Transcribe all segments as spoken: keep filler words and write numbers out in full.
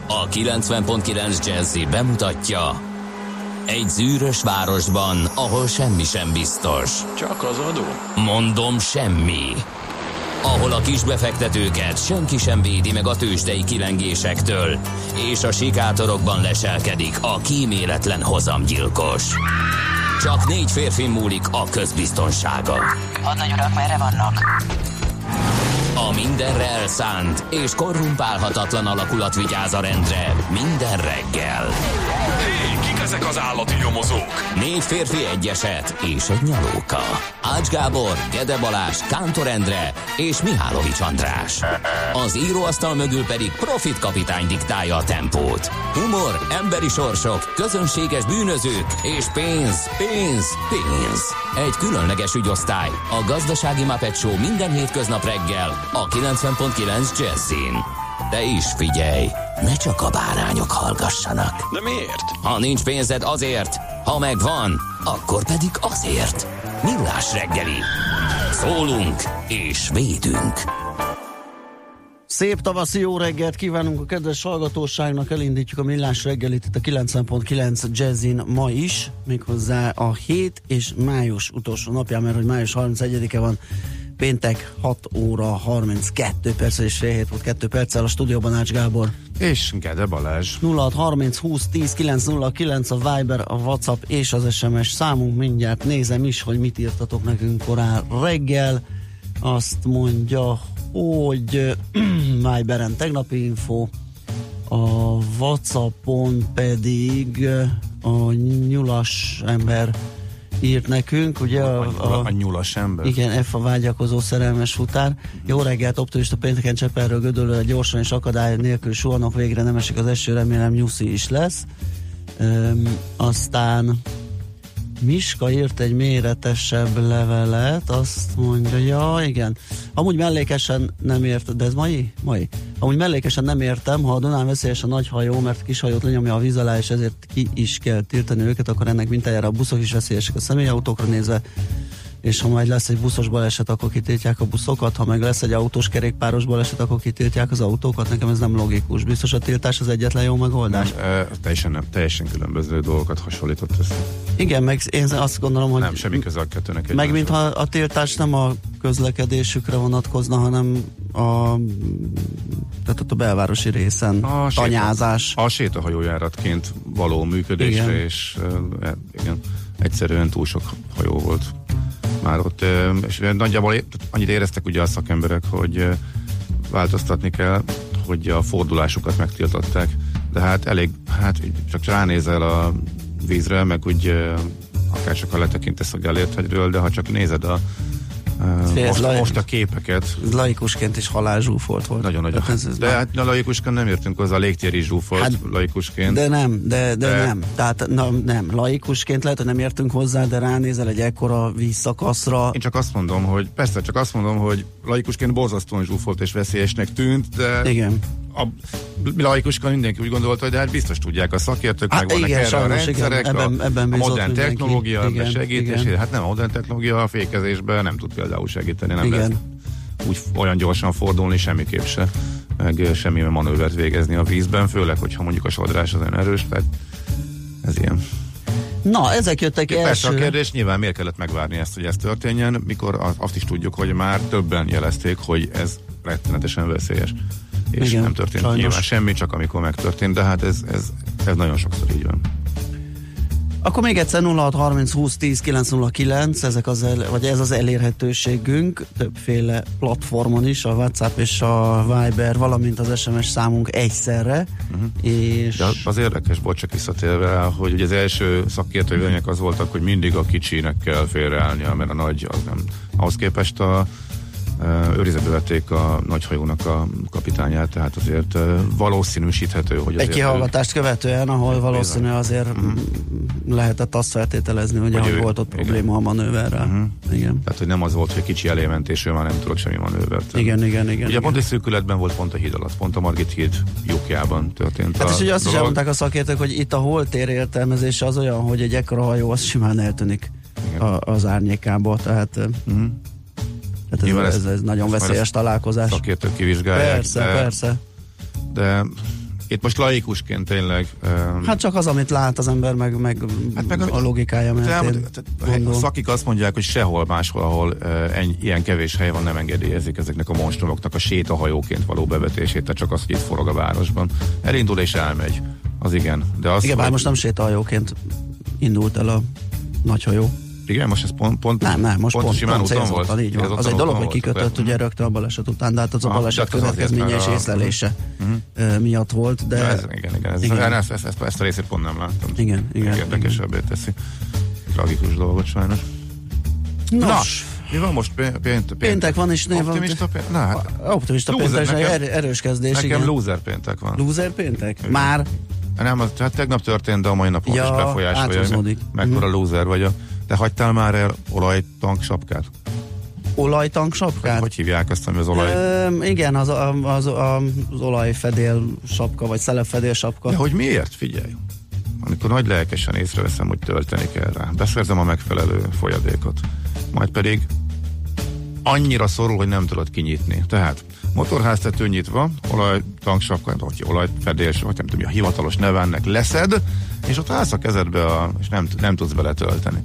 A kilencven pont kilenc Jazzy bemutatja: egy zűrös városban, ahol semmi sem biztos. Csak az adó? Mondom, semmi. Ahol a kisbefektetőket senki sem védi meg a tőzsdei kilengésektől, és a sikátorokban leselkedik a kíméletlen hozamgyilkos. Csak négy férfi múlik a közbiztonsága. Hadnagy urak, merre vannak? A mindenre elszánt és korrumpálhatatlan alakulat vigyáz a rendre minden reggel. Hé, kik ezek az állati nyomozók? Négy férfi, egy eset és egy nyalóka. Ács Gábor, Gede Balázs, Kántor Endre és Mihálovics András. Az íróasztal mögül pedig Profit kapitány diktálja a tempót. Humor, emberi sorsok, közönséges bűnözők és pénz, pénz, pénz. Egy különleges ügyosztály, a Gazdasági Muppet Show minden hétköznap reggel a kilencven pont kilenc Jazzyn. De is figyelj, ne csak a bárányok hallgassanak. De miért? Ha nincs pénzed, azért, ha megvan, akkor pedig azért. Millás reggeli. Szólunk és védünk. Szép tavaszi jó reggelt kívánunk a kedves hallgatóságnak, elindítjuk a Millás reggelit itt a kilencven pont kilenc Jazzyn ma is, méghozzá a hét és május utolsó napján, mert hogy május harmincegyedike van, péntek hat óra harminckettő perc és fél hét volt kettő perccel, a stúdióban Ács Gábor. És Gede Balázs. nulla hat harminc húsz tíz kilenc nulla kilenc a Viber, a WhatsApp és az es em es számunk, mindjárt nézem is, hogy mit írtatok nekünk korán reggel. Azt mondja, hogy Viberen tegnapi info, a WhatsAppon pedig a nyulas ember írt nekünk, ugye A, a, a, a nyulas ember. Igen, F a vágyakozó szerelmes futár. Jó reggelt, optimista pénteken Cseperről Gödöllőre gyorsan és akadály nélkül suhanok, végre nem esik az eső, remélem nyuszi is lesz. Üm, aztán Miska írt egy méretesebb levelet, azt mondja, ja igen, amúgy mellékesen nem ért, de ez mai? Mai. Amúgy mellékesen nem értem, ha a Dunán veszélyes a nagy hajó, mert a kis hajót lenyomja a víz alá, és ezért ki is kell tiltani őket, akkor ennek mintájára a buszok is veszélyesek a személyautókra nézve, és ha majd lesz egy buszos baleset, akkor kitiltják a buszokat, ha meg lesz egy autós kerékpáros baleset, akkor kitiltják az autókat, nekem ez nem logikus. Biztos a tiltás az egyetlen jó megoldás? Nem, e, teljesen, nem, teljesen különböző dolgokat hasonlított össze. Igen, meg én azt gondolom, hogy... Nem, semmi köze a kettőnek egy meg mintha a tiltás nem a közlekedésükre vonatkozna, hanem a, tehát ott a belvárosi részen a tanyázás. Séta, a sétahajójáratként való működésre, igen. És e, igen, egyszerűen túl sok hajó volt már ott, és nagyjából annyit éreztek ugye a szakemberek, hogy változtatni kell, hogy a fordulásukat megtiltották, de hát elég, hát csak ránézel a vízre, meg úgy akár csak a letekintesz a Gellért hegyről, de ha csak nézed a Uh, most, lai... most a képeket. Ez laikusként is halálzsúfolt volt. Nagyon-nagyon. Ez, ez de nem... hát a laikusként nem értünk hozzá, a légtér is zsúfolt hát, laikusként. De nem, de, de, de... nem. Tehát na, nem, laikusként lehet, hogy nem értünk hozzá, de ránézel egy ekkora vízszakaszra. Én csak azt mondom, hogy persze, csak azt mondom, hogy laikusként borzasztóan zsúfolt és veszélyesnek tűnt, de igen. A laikuskan mindenki úgy gondolta, hogy de hát biztos tudják a szakértők, meg vannak erre a rendszerek, ebben, ebben a modern technológia igen, segítés, igen. Hát nem, a modern technológia a fékezésben nem tud például segíteni, nem igen. Lehet úgy olyan gyorsan fordulni, semmiképp se, meg semmi manővert végezni a vízben, főleg, hogyha mondjuk a sodrás az olyan erős, tehát ez ilyen. Na, ezek jöttek első. Persze a kérdés, nyilván miért kellett megvárni ezt, hogy ez történjen, mikor azt is tudjuk, hogy már többen jelezték, hogy ez rettenetesen veszélyes. És igen, nem történt sajnos. Nyilván semmi, csak amikor megtörtént, de hát ez, ez, ez nagyon sokszor így van. Akkor még egyszer nulla hat harminc húsz tíz kilenc nulla kilenc, ezek az el, vagy ez az elérhetőségünk, többféle platformon is, a WhatsApp és a Viber, valamint az es em es számunk egyszerre. Uh-huh. És... De az érdekes, bocs, csak visszatérve, hogy ugye az első szakértői vélemények az voltak, hogy mindig a kicsinek kell félreállnia, mert a nagy az nem. Ahhoz képest a őrizetbe vették a nagyhajónak a kapitányát, tehát azért valószínűsíthető, hogy azért... Egy kihallgatást ő... követően, ahol valószínű azért uh-huh. lehetett azt feltételezni, hogy, hogy ő... volt ott igen. probléma a manőverrel. Uh-huh. Igen. Tehát, hogy nem az volt, hogy kicsi elément, és ő már nem tudott semmi manővert. Igen, igen, igen. Ugye igen. pont egy szűkületben volt, pont a híd alatt, pont a Margit híd lyukjában történt. Hát és ugye azt dolog. Is elmondták a szakértők, hogy itt a holtér értelmezése az olyan, hogy egy ekkora hajó az simán eltűnik a, az árnyékába, tehát... Uh-huh. Tehát ez, ez, ez nagyon veszélyes találkozás. Szakértők kivizsgálják. Persze, de, persze. De Itt most laikusként tényleg... Um, hát csak az, amit lát az ember, meg, meg, hát meg a, a logikája mentén. A szakik azt mondják, hogy sehol máshol, ahol uh, ennyi, ilyen kevés hely van, nem engedélyezik ezeknek a monstrumoknak a sétahajóként való bevetését, tehát csak az, hogy itt forog a városban. Elindul és elmegy. Az igen. De az, igen, bár hogy... most nem sétahajóként indult el a nagyhajó. Igen, most ez pont, pont, nem, nem, most pont, pont, simán pont úton volt. Így van. Az egy dolog, hogy kikötött ugye rögtön a baleset után, de hát az a baleset következménye és észlelése uh-huh. miatt volt. De... Ez, igen, igen, ez, igen. Ezt, ezt, ezt, ezt a részét pont nem láttam. Igen, igen. Érdekesebbé teszi. Tragikus dolgot sajnos. Nos. Na, mi van most? Pént, pént, péntek van is. Optimista péntek? Na, hát, optimista péntek, nekem, erős kezdés. Nekem igen. loser péntek van. Loser péntek? Igen. Már? Nem, az, hát tegnap történt, de a mai napon ja, is befolyásolja. Mekkora mm. loser vagy. Te hagytál már el olajtank sapkát? Olajtank sapkát? Hogy hívják ezt, ami az olaj? Ö, igen, az, az, az, az olajfedél sapka, vagy szelepfedél sapka. De hogy miért? Figyelj! Amikor nagy lelkesen észreveszem, hogy tölteni kell rá. Beszerzem a megfelelő folyadékot. Majd pedig annyira szorul, hogy nem tudod kinyitni. Tehát motorháztető nyitva, olajtanksapka, vagy olajfedél, vagy nem tudom, a hivatalos neve ennek, leszed, és ott állsz a kezedbe, a, és nem, nem tudsz beletölteni.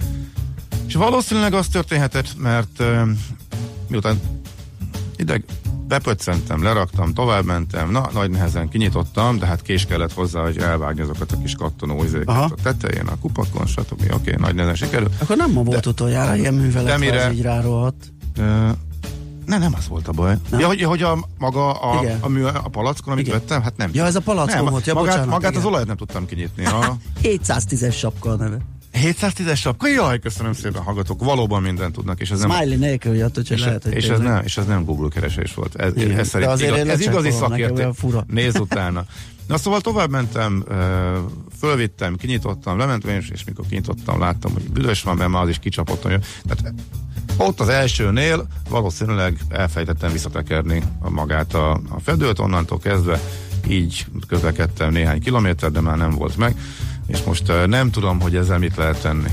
És valószínűleg az történhetett, mert uh, miután ideg bepöccentem, leraktam, tovább mentem, na, nagy nehezen kinyitottam, de hát kés kellett hozzá, hogy elvágni azokat a kis kattonó izéket a tetején, a kupakon, stb. Oké, okay, nagy nehezen sikerült. Akkor nem ma volt utoljára ilyen művelet, mire, ez így rárohadt. Uh, ne, nem az volt a baj. Nem? Ja, hogy, hogy a maga a, a, mű, a palackon, amit igen. vettem, hát nem. Ja, ez a palackon volt, ja, magát, bocsánat, magát az olajat nem tudtam kinyitni. A... hétszáztízes sapka a neve. hétszáztízes sapka? Jaj, köszönöm szépen, hallgatók, valóban mindent tudnak. És ez Smiley nem... nélkül jött, hogy és, lehet, hogy és, ez nem, és ez nem Google keresés volt. Ez, igen, ez, szerint igaz, ez igazi szakértő. Nézz utána. Na szóval tovább mentem, fölvittem, kinyitottam, lementem, és, és mikor kinyitottam, láttam, hogy büdös van, mert már az is kicsapottam. Tehát ott az elsőnél valószínűleg elfejtettem visszatekerni a magát a, a fedőt, onnantól kezdve így közlekedtem néhány kilométer, de már nem volt meg, és most uh, nem tudom, hogy ezzel mit lehet tenni.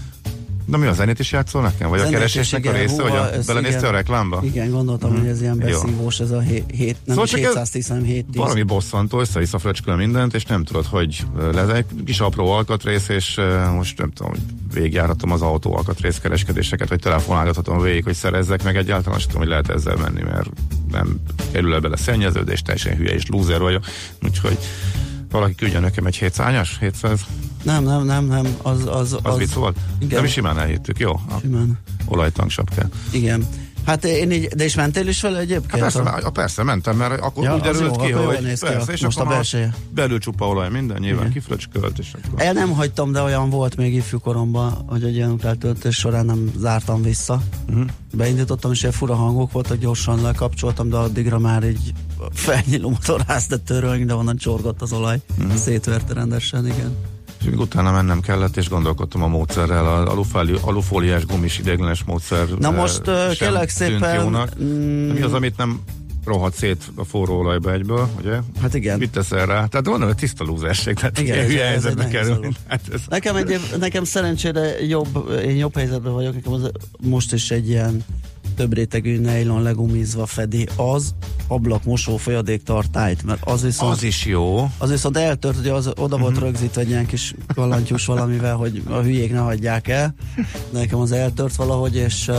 De mi a zenét is játszol nekem? Vagy zenét a keresésnek a része? Húha, vagy a, belenéztél a reklámba? Igen, gondoltam, hmm. hogy ez ilyen beszívós, ez a hét, nem szóval hétszáztizenhét. Valami bosszantó, össze-vissza fröcsköl mindent, és nem tudod, hogy lesz egy kis apró alkatrész, és uh, most nem tudom, hogy végigjárhatom az autó alkatrészkereskedéseket, vagy telefonálgathatom végig, hogy szerezzek meg egyáltalán, azt tudom, hogy lehet ezzel menni, mert nem kerül el bele szennyeződés, teljesen hülye és lúzer vagyok, úgyhogy valaki küldjön nekem egy hétszázas, hétszáz. Nem, nem, nem, nem, az... Az, az, az vicc volt? Igen. De mi simán elhittük, jó? Simán. Olajtank sapkát. Igen. Hát én így, de is mentél is vele egyébként? Hát persze, a... persze, mentem, mert akkor ja, úgy derült ki, hogy persze, és most akkor a belseje. Belül csupa olaj minden, nyilván kifröcskölt, és akkor... El nem hagytam, de olyan volt még ifjúkoromban, hogy egy ilyen töltés során nem zártam vissza. Uh-huh. Beindítottam, és ilyen fura hangok voltak, gyorsan lekapcsoltam, de addigra már így felnyíló motorháztetőről, de onnan csorgott az olaj. Uh-huh. Szétverte rendesen, igen. És utána mennem kellett, és gondolkodtam a módszerrel, a alufóliás gumis ideiglenes módszer. Na most uh, kérlek szépen... Mm, mi az, amit nem rohadt szét a forró olajba egyből, ugye? Hát igen. Mit teszel rá? Tehát van, hogy tiszta lúzerség, tehát igen, ilyen hülye helyzetbe kerül. Hát ez... nekem, egy, nekem szerencsére jobb, én jobb helyzetben vagyok, nekem az, most is egy ilyen több rétegű nejlon legumizva fedi az ablakmosó folyadéktartályt, mert az viszont... Az is jó. Az viszont eltört, hogy az oda volt uh-huh. rögzítve egy ilyen kis kalantyús valamivel, hogy a hülyék ne hagyják el. Nekem az eltört valahogy, és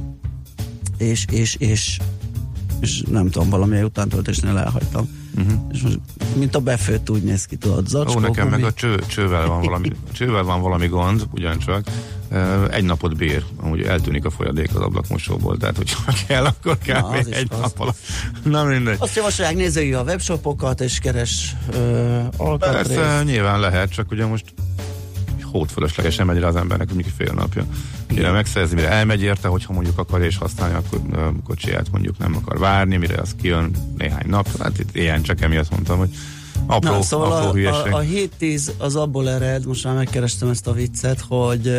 és, és, és, és nem tudom, valamilyen utántöltésnél elhagytam. Uh-huh. És most, mint a befőtt, úgy néz ki, tudod, zacskó. Ó, nekem meg a cső, csővel, van valami, csővel van valami gond, ugyancsak. Egy napot bír, amúgy eltűnik a folyadék az ablakmosóból, tehát hogyha kell, akkor kell Na, még egy nap alatt. Na mindegy. Azt javasolják, nézzük a webshopokat, és keres uh, alkatrész. Persze, nyilván lehet, csak ugye most hótfölöslegesen megy rá az embernek, mondjuk fél napja. Mire megszerzi, mire elmegy érte, hogyha mondjuk akar és használni, akkor uh, kocsiját mondjuk nem akar várni, mire az kijön néhány nap. Hát itt ilyen csak emiatt mondtam, hogy apró, Na, szóval apró a, hülyeség. A, a hét tíz az abból ered, most már megkerestem ezt a viccet, hogy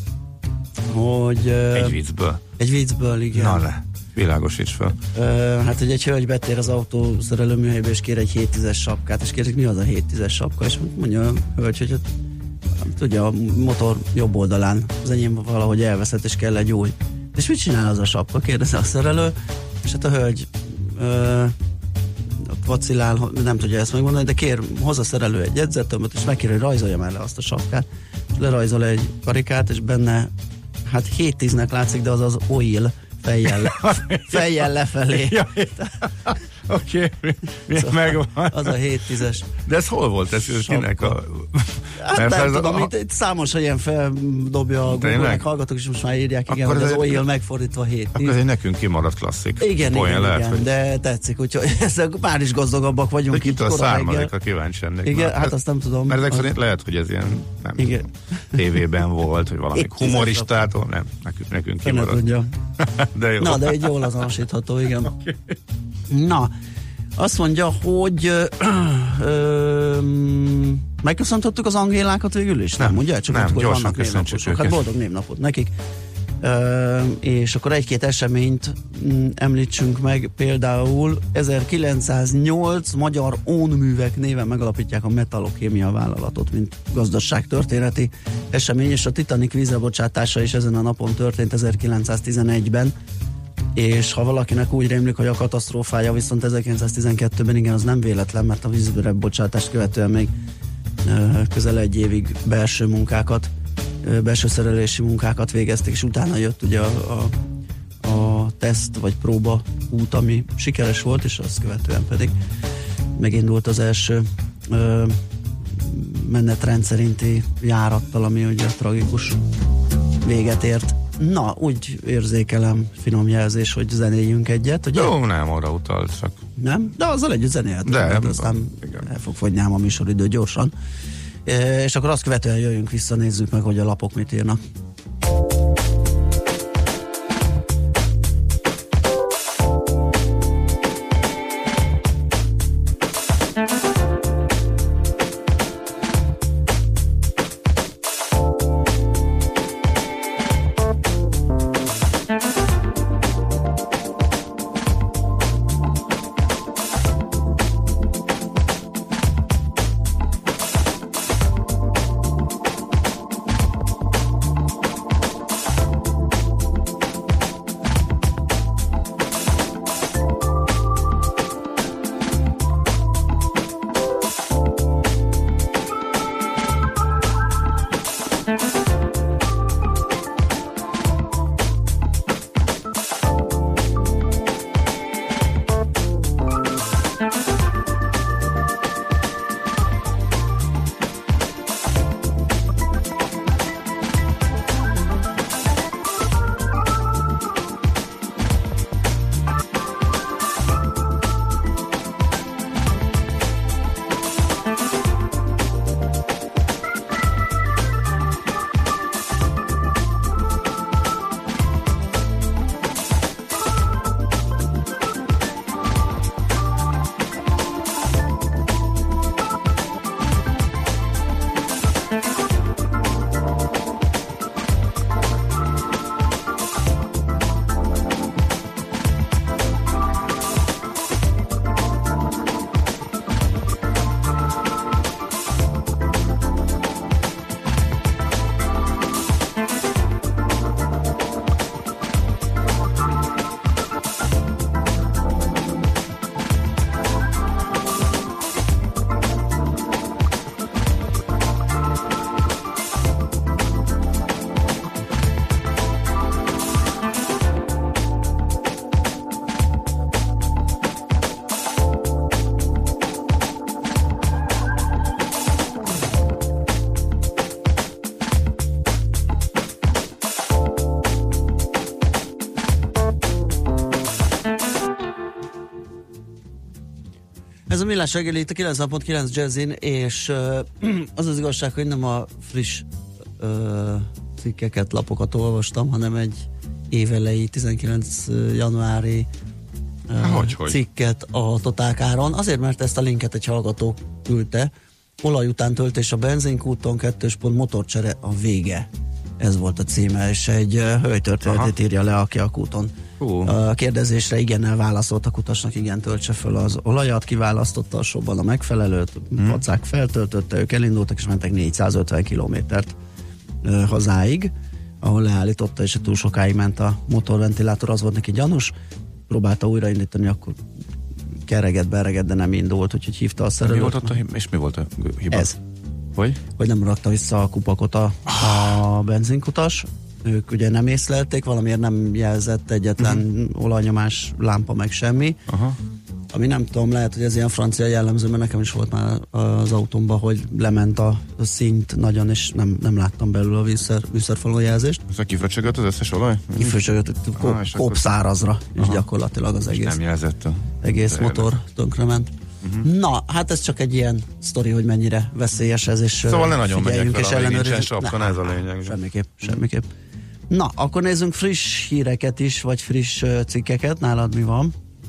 hogy... Egy viccből. Egy viccből, igen. Na le, világosíts fel. Uh, hát, hogy egy hölgy betér az autószerelő műhelybe, és kér egy hét tízes sapkát, és kérdezik, mi az a hét tízes sapka, és mondja a hölgy, hogy tudja, a motor jobb oldalán, az enyém valahogy elveszett, és kell egy új. És mit csinál az a sapka? Kérdezi a szerelő, és hát a hölgy uh, vacilál, nem tudja ezt megmondani, de kér, hozza szerelő egy jegyzettömböt, és megkér, hogy rajzolja már le azt a sapkát, és lerajzol egy karikát, és benne hát hét tíznek látszik, de az az oil fejjel, le, fejjel lefelé. Oké, okay, megvan. Az a hét tízes. De ez hol volt? Ez kinek a... Hát nem tudom, a... itt számos ilyen feldobja a Google-nek hallgatók, és most már írják, igen, hogy az egy... oil megfordítva hét tíz. Akkor ez egy nekünk kimaradt klasszik. Igen, igen, lehet, igen, hogy... de tetszik, úgyhogy ezek már is gazdagabbak vagyunk. De kitől származik, a kíváncsi ennek. Igen, már. hát azt nem tudom. Mert ezek az... szerint lehet, hogy ez ilyen, nem igen. tévében volt, vagy valami humoristától, nem, nekünk, nekünk kimaradt. De jó. Na, de egy jól azonosítható, igen. Okay. Na, azt mondja, hogy ö, ö, megköszöntöttük az Angélákat végül is? Nem, nem ugye? Csak nem, ott, gyorsan köszöntsük őket. Hát boldog névnapot nekik. Ö, és akkor egy-két eseményt m, említsünk meg, például ezerkilencszáznyolc Magyar Ónművek néven megalapítják a Metalokémia vállalatot, mint gazdaságtörténeti esemény, és a Titanic vízrebocsátása is ezen a napon történt ezerkilencszáztizenegyben, és ha valakinek úgy rémlik, hogy a katasztrófája viszont ezerkilencszáztizenkettőben, igen, az nem véletlen, mert a vízrebocsátást követően még közel egy évig belső munkákat, belső szerelési munkákat végeztek, és utána jött ugye a, a, a teszt vagy próba út, ami sikeres volt, és azt követően pedig megindult az első ö, menetrend szerinti járattal, ami ugye tragikus véget ért. Na, úgy érzékelem, finom jelzés, hogy zenéljünk egyet, ugye? Jó, nem, arra utalt, csak... Nem? De azzal együtt zenélhet. De, de aztán igen. El fog fogyni ám a műsoridő gyorsan. E, és akkor azt követően jöjjünk vissza, nézzük meg, hogy a lapok mit írnak. Ez a Millás reggeli itt a kilencven pont kilenc Jazzin, és uh, az az igazság, hogy nem a friss uh, cikkeket, lapokat olvastam, hanem egy évelei tizenkilenc januári uh, hogy, hogy? cikket a Totálkáron. Azért, mert ezt a linket egy hallgató küldte. Olaj után töltés a benzinkúton, kettős pont motorcsere a vége. Ez volt a címe, és egy uh, hölgytörténetét írja le, aki a kúton. Uh. A kérdezésre igennel válaszolt a kutasnak, igen, töltse föl az olajat, kiválasztotta a sorban a megfelelőt, hmm. pacák feltöltötte, ők elindultak, és mentek négyszázötven kilométert uh, hazáig, ahol leállította, és túl sokáig ment a motorventilátor, az volt neki gyanús, próbálta újraindítani, akkor kereget, bereget, de nem indult, úgyhogy hívta a szerelőt. Mi volt ott a hiba? És mi volt a hiba? Ez. Hogy? Hogy nem rakta vissza a kupakot a, a benzinkutas. Ők ugye nem észlelték, valamiért nem jelzett egyetlen uh-huh. olajnyomás lámpa, meg semmi. Aha. Ami nem tudom, lehet, hogy ez ilyen francia jellemző, mert nekem is volt már az autómban, hogy lement a szint nagyon, és nem, nem láttam belül a vízszer, vízszerfaló jelzést. Ez kifröcsögött az összes olaj? Kifröcsögött, kó, kópszárazra, és aha. gyakorlatilag az egész, nem jelzett a egész motor tönkrement. Uh-huh. Na, hát ez csak egy ilyen sztori, hogy mennyire veszélyes ez, és szóval ne nagyon figyeljünk, és ellenőrizzük. Sapkan, ez a lényeg. Semmiképp, semmiképp. Na, akkor nézzünk friss híreket is, vagy friss uh, cikkeket. Nálad mi van?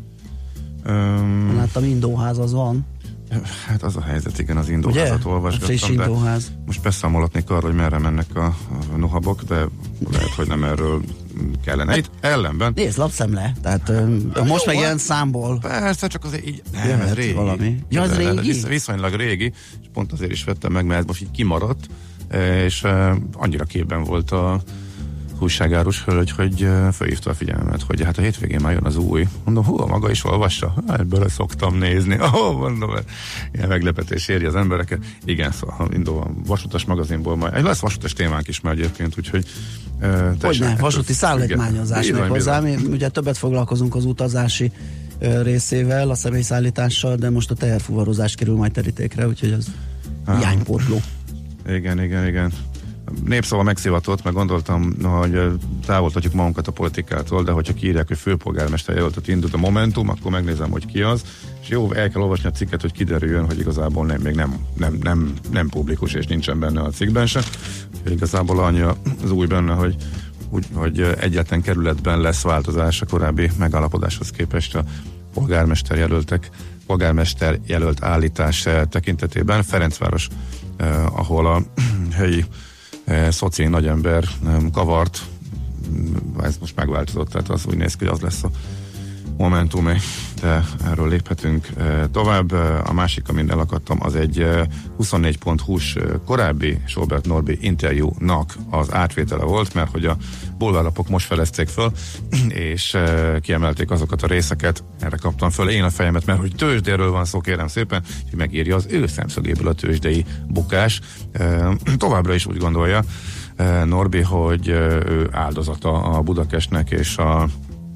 Um, Láttam, indóház az van. Hát az a helyzet, igen, az indóházat olvasgattam. Friss indóház. Most beszámolatnék arról, hogy merre mennek a, a nohabok, de lehet, hogy nem erről kellene. Itt ellenben. Nézd, lapszemle. Tehát uh, most meg ilyen számból. Persze, csak azért így. Nem, ez régi. Valami. Ja, az régi? Visz, viszonylag régi, és pont azért is vettem meg, mert ez most így kimaradt, és uh, annyira képben volt a újságárus hölgy, hogy felhívta a figyelmet, hogy hát a hétvégén már jön az új. Mondom, hú, a maga is olvassa? Hát bele szoktam nézni. Ó, mondom, ilyen meglepetés éri az embereket. Igen, szóval indul a vasutas magazinból majd. Egy lesz vasutas témánk is már egyébként, úgyhogy uh, hogyne, vasúti szállítmányozás meg hozzá. Mi ugye többet foglalkozunk az utazási uh, részével, a személyszállítással, de most a teherfuvarozás kerül majd terítékre, úgyhogy az ah. hiánypótló. Igen, igen, igen. Népszava megszívatott, meg gondoltam, hogy távoltatjuk magunkat a politikától, de hogyha kiírják, hogy főpolgármester jelöltet indult a Momentum, akkor megnézem, hogy ki az, és jó, el kell olvasni a cikket, hogy kiderüljön, hogy igazából nem, még nem, nem, nem, nem publikus, és nincsen benne a cikkben se. Igazából annyi az új benne, hogy, úgy, hogy egyetlen kerületben lesz változás a korábbi megállapodáshoz képest a polgármester jelöltek, polgármester jelölt állítás tekintetében. Ferencváros, eh, ahol a helyi E, szociális nagyember nem, kavart, ez most megváltozott, tehát az úgy néz ki, hogy az lesz a Momentum, de erről léphetünk e, tovább. A másik, amin elakadtam, az egy e, huszonnégy pont hu-s korábbi Sobert Norbi interjúnak az átvétele volt, mert hogy a bulvárlapok most felezték föl, és e, kiemelték azokat a részeket, erre kaptam föl én a fejemet, mert hogy tőzsdéről van szó, kérem szépen, hogy megírja az ő szemszögéből a tőzsdei bukás. E, továbbra is úgy gondolja e, Norbi, hogy ő áldozata a Budakestnek és a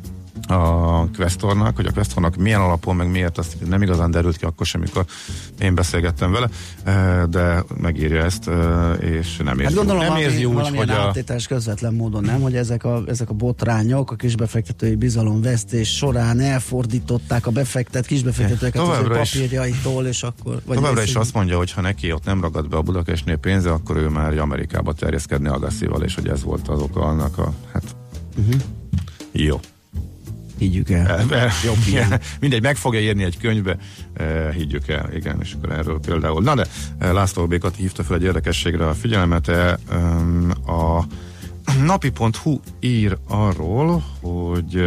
a Questornak, hogy a Questornak milyen alapon, meg miért, azt nem igazán derült ki akkor sem, amikor én beszélgettem vele, de megírja ezt, és nem érzi, hát gondolom, nem érzi úgy, hogy a... áttételes közvetlen módon, nem, hogy ezek a, ezek a botrányok, a kisbefektetői bizalomvesztés során elfordították a befektet, kisbefektetőket az ő papírjaitól, és akkor... Vagy továbbra is azt mondja, hogy ha neki ott nem ragad be a Budakestnél pénze, akkor ő már Amerikába terjeszkedni Agassival, és hogy ez volt az oka annak a... Hát... Uh-huh. Jó. Higgyük el. Jobb ilyen. Mindegy, meg fogja írni egy könyvbe, e, higgyük el, igen, és akkor erről például. Na de, László Békat hívta fel egy érdekességre a figyelmet, e, a napi pont hu ír arról, hogy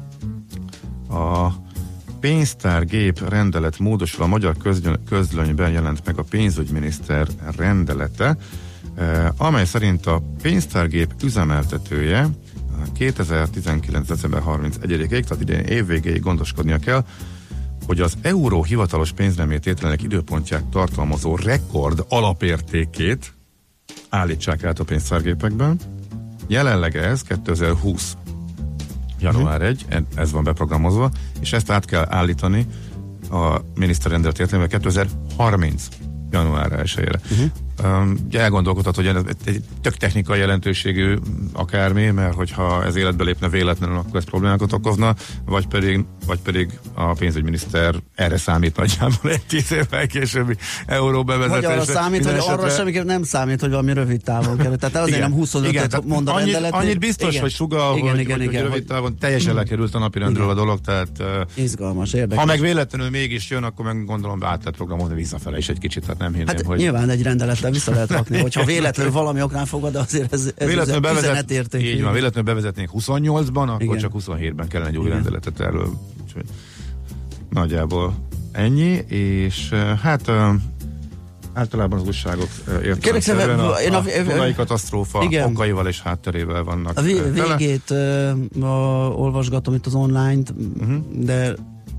a pénztárgép rendelet módosul, a magyar közlönyben jelent meg a pénzügyminiszter rendelete, e, amely szerint a pénztárgép üzemeltetője kétezer-tizenkilenc. december harmincegyedikéig, tehát idén évvégéig gondoskodnia kell, hogy az euró hivatalos pénzneménytételének időpontját tartalmazó rekord alapértékét állítsák át a pénztárgépekben. Jelenleg ez kétezer-húsz január elsején, ez van beprogramozva, és ezt át kell állítani a miniszterrendelet értelemben kétezer-harminc január elsejére. Uh-huh. Um, elgondolkodhat, hogy ez egy tök technikai jelentőségű akármi, mert hogyha ez életbe lépne véletlenül, akkor ez problémákat okozna, vagy pedig, vagy pedig a pénzügyminiszter erre számít nagyjából egy tíz évvel későbbi euró bevezetésre. Vagy arra számít, hogy esetre... arra semmiképp nem számít, hogy valami rövid távon kerül. Tehát azért igen, nem huszonötöt mond a annyit, rendeletnél. Annyit biztos, igen, hogy sugal, igen, hogy, igen, hogy, igen, hogy rövid távon teljesen hmm. lekerült a napirendről a dolog, tehát izgalmas, érdekes. Ha meg véletlenül mégis jön, akkor meg gondolom át lehet programozni visszafele is egy kicsit, tehát nem hinném, hát hogy... nyilván egy rendelettel vissza lehet rakni, hogyha véletlenül valami oknál fogad, de azért ez, ez véletlenül bevezet, üzenetérték. Így van, véletlenül bevezetnénk huszonnyolcban, akkor igen, csak huszonhétben kellene egy új igen, rendeletet erről. Úgyhogy nagyjából ennyi, és hát általában az újságok értelemszerűen a, a, a Dunai katasztrófa igen, okaival és hátterével vannak. A vé- végét uh, olvasgatom itt az online-t, uh-huh, de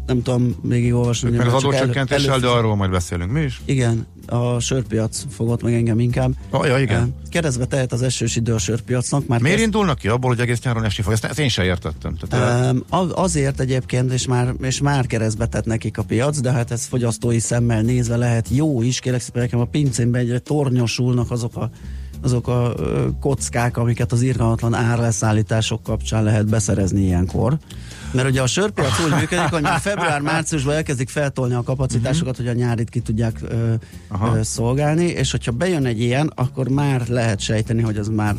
nem tudom végigolvasni. Meg az csak adócsökkentéssel, elő, de arról majd beszélünk mi is. Igen, a sörpiac fogott meg engem inkább. Oh, ja, igen. Keresztbe tehet az esős idő a sörpiacnak. Már Miért kezd... indulnak ki abból, hogy egész nyáron esni fog? Ezt, ezt én sem értettem. Tehát, um, azért egyébként, és már, és már keresztbe tett nekik a piac, de hát ez fogyasztói szemmel nézve lehet jó is. Kérlek szépen, nekem a pincénben egyre tornyosulnak azok a azok a ö, kockák, amiket az irgalmatlan árleszállítások kapcsán lehet beszerezni ilyenkor. Mert ugye a sörpiac úgy működik, hogy már február-márciusban elkezdik feltolni a kapacitásokat, uh-huh. hogy a nyárit ki tudják ö, ö, szolgálni, és hogyha bejön egy ilyen, akkor már lehet sejteni, hogy az már,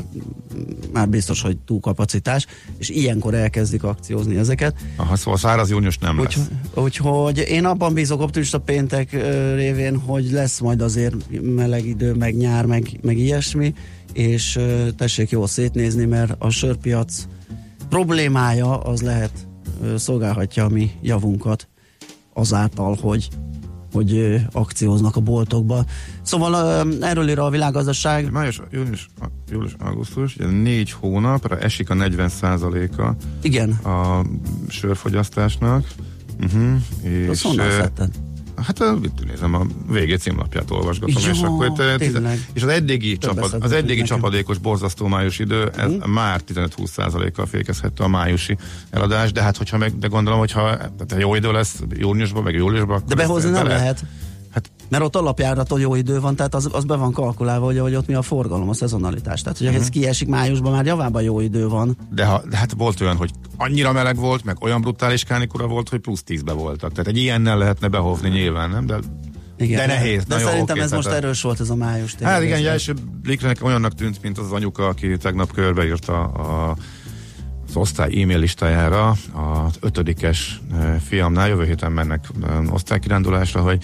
már biztos, hogy túlkapacitás, és ilyenkor elkezdik akciózni ezeket. Aha, szóval száraz június nem úgy, lesz. Úgyhogy én abban bízok optimista péntek ö, révén, hogy lesz majd azért meleg idő, meg nyár, meg, meg ilyesmi, és ö, tessék jól szétnézni, mert a sörpiac problémája az lehet ö, szolgálhatja a mi javunkat azáltal, hogy hogy ö, akcióznak a boltokba. Szóval ö, erről ír a Világgazdaság. Május, június, július, augusztus, ugye négy hónapra esik a negyven százaléka Igen. a sörfogyasztásnak. Uh-huh. És, azt honnan szedted? Hát itt nézem, a vé gé címlapját olvasgatom, Jó, és akkor itt, tényleg. és az eddigi, csapad, az eddigi csapadékos borzasztó május idő, ez hmm. már tizenöt-húsz százalékkal fékezhető a májusi eladás, de hát hogyha meg, de gondolom, hogyha tehát jó idő lesz júniusban, meg júliusban, de behozni nem lehet. lehet. Hát, mert ott alapjáraton jó idő van, tehát az, az be van kalkulálva, hogy, hogy ott mi a forgalom, a szezonalitás. Tehát, hogyha uh-huh. ez kiesik májusban, már javában jó idő van. De, ha, de hát volt olyan, hogy annyira meleg volt, meg olyan brutális kánikula volt, hogy plusz tízbe voltak. Tehát egy ilyennel lehetne behovni nyilván, nem? De, igen, de nehéz. De na szerintem jó, ez oké, most tehát, erős volt ez a május. Hát igen, első blikre nekem olyannak tűnt, mint az, az anyuka, aki tegnap körbeírta a az osztály e-mail listájára az ötödikes fiamnál, jövő héten mennek osztálykirándulásra, hogy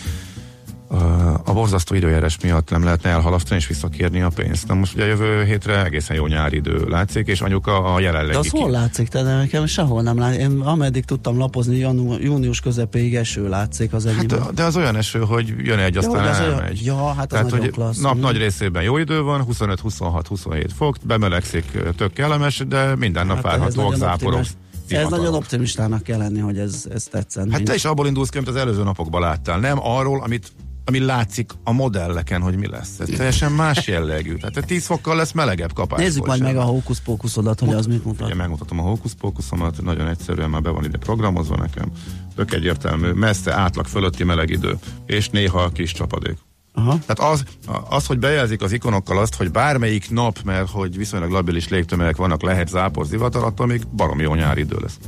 a borzasztó időjárás miatt nem lehetne elhalasztani és visszakérni a pénzt. Na most ugye a jövő hétre egészen jó nyári idő látszik, és anyuka a jelenlegi... De az hol látszik? Te nekem sehol nem látszik. Én ameddig tudtam lapozni, janu, június közepéig eső látszik az enyémben. Hát, de az olyan eső, hogy jön egy, aztán jó, elmegy. Olyan... Ja, hát az tehát, nagyon hogy klassz. Nap nagy részében jó idő van, huszonöt, huszonhat, huszonhét fok, bemelegszik, tök kellemes, de minden nap hát várhatóak záporok. Ez nagyon optimistának kell lenni, hogy ez, ez tetszett. Hát te is abból indulsz ki, amit az előző napokban láttál, nem arról, amit ami látszik a modelleken, hogy mi lesz. Ez teljesen más jellegű. Tehát tíz fokkal lesz melegebb kapás. Nézzük majd meg a hókuszpókuszodat, hogy az mit mutat. Ugye megmutatom a hókuszpókuszomat, nagyon egyszerűen már be van ide programozva nekem. Tök egyértelmű, messze átlag fölötti meleg idő, és néha kis csapadék. Aha. Tehát az, az, hogy bejelzik az ikonokkal azt, hogy bármelyik nap, mert hogy viszonylag labilis légtömegek vannak, lehet zápor, zivatar, attól még baromi jó nyári idő lesz.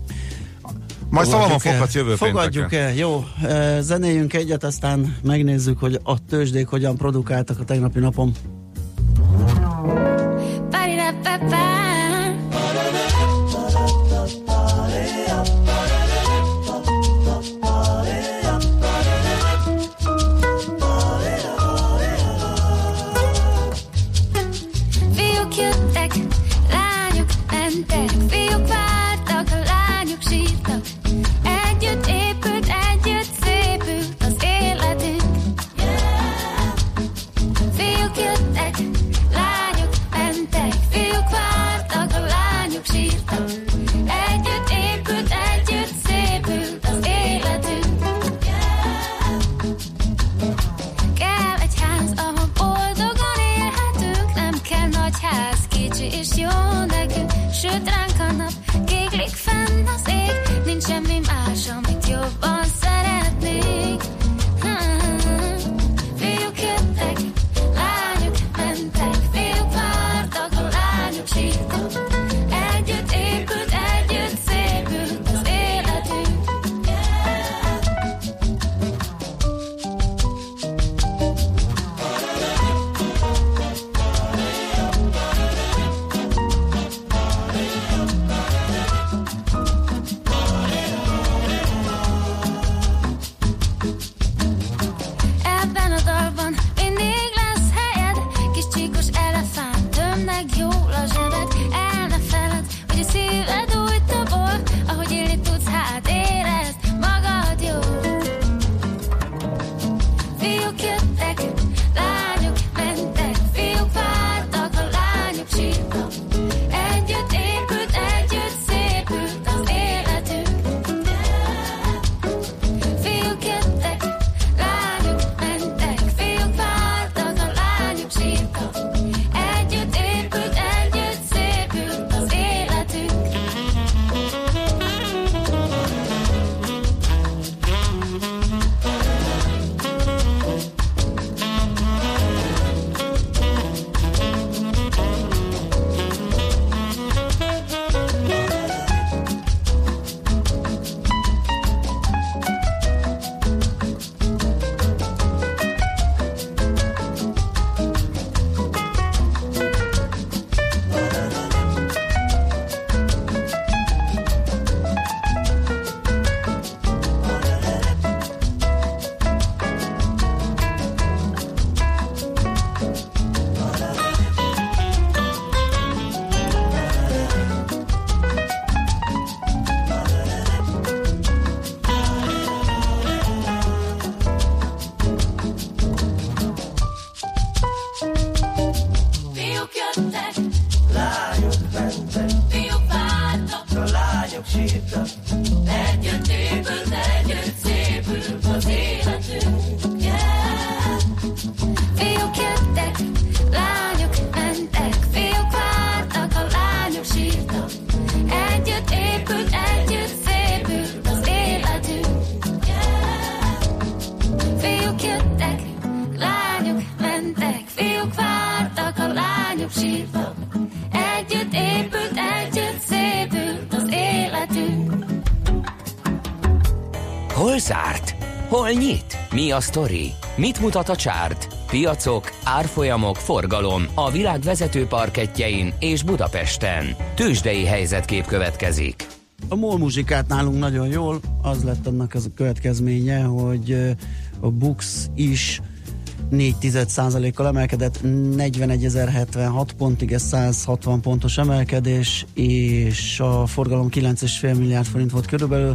Majd Szalamon foghatsz jövő pénteken. Fogadjuk el, jó. E, zenéljünk egyet, aztán megnézzük, hogy a tőzsdék hogyan produkáltak a tegnapi napon. Fiúk jöttek, lányok mentek, fiúk vártak, a lányok sírtak. Együtt épült, együtt szépült az életünk. Yeah. Fiúk jöttek, lányok mentek, fiúk vártak. sírtak. Együtt épült, együtt szépült az életünk. Hol zárt? Hol nyit? Mi a sztori? Mit mutat a csárt? Piacok, árfolyamok, forgalom a világ vezető parkettjein és Budapesten. Tőzsdei helyzetkép következik. A MOL muzsikát nálunk nagyon jól, az lett annak az a következménye, hogy a Bux is négy egész százalékkal emelkedett, negyvenegyezer-hetvenhat pontig, ez száz hatvan pontos emelkedés, és a forgalom kilenc egész öt milliárd forint volt körülbelül.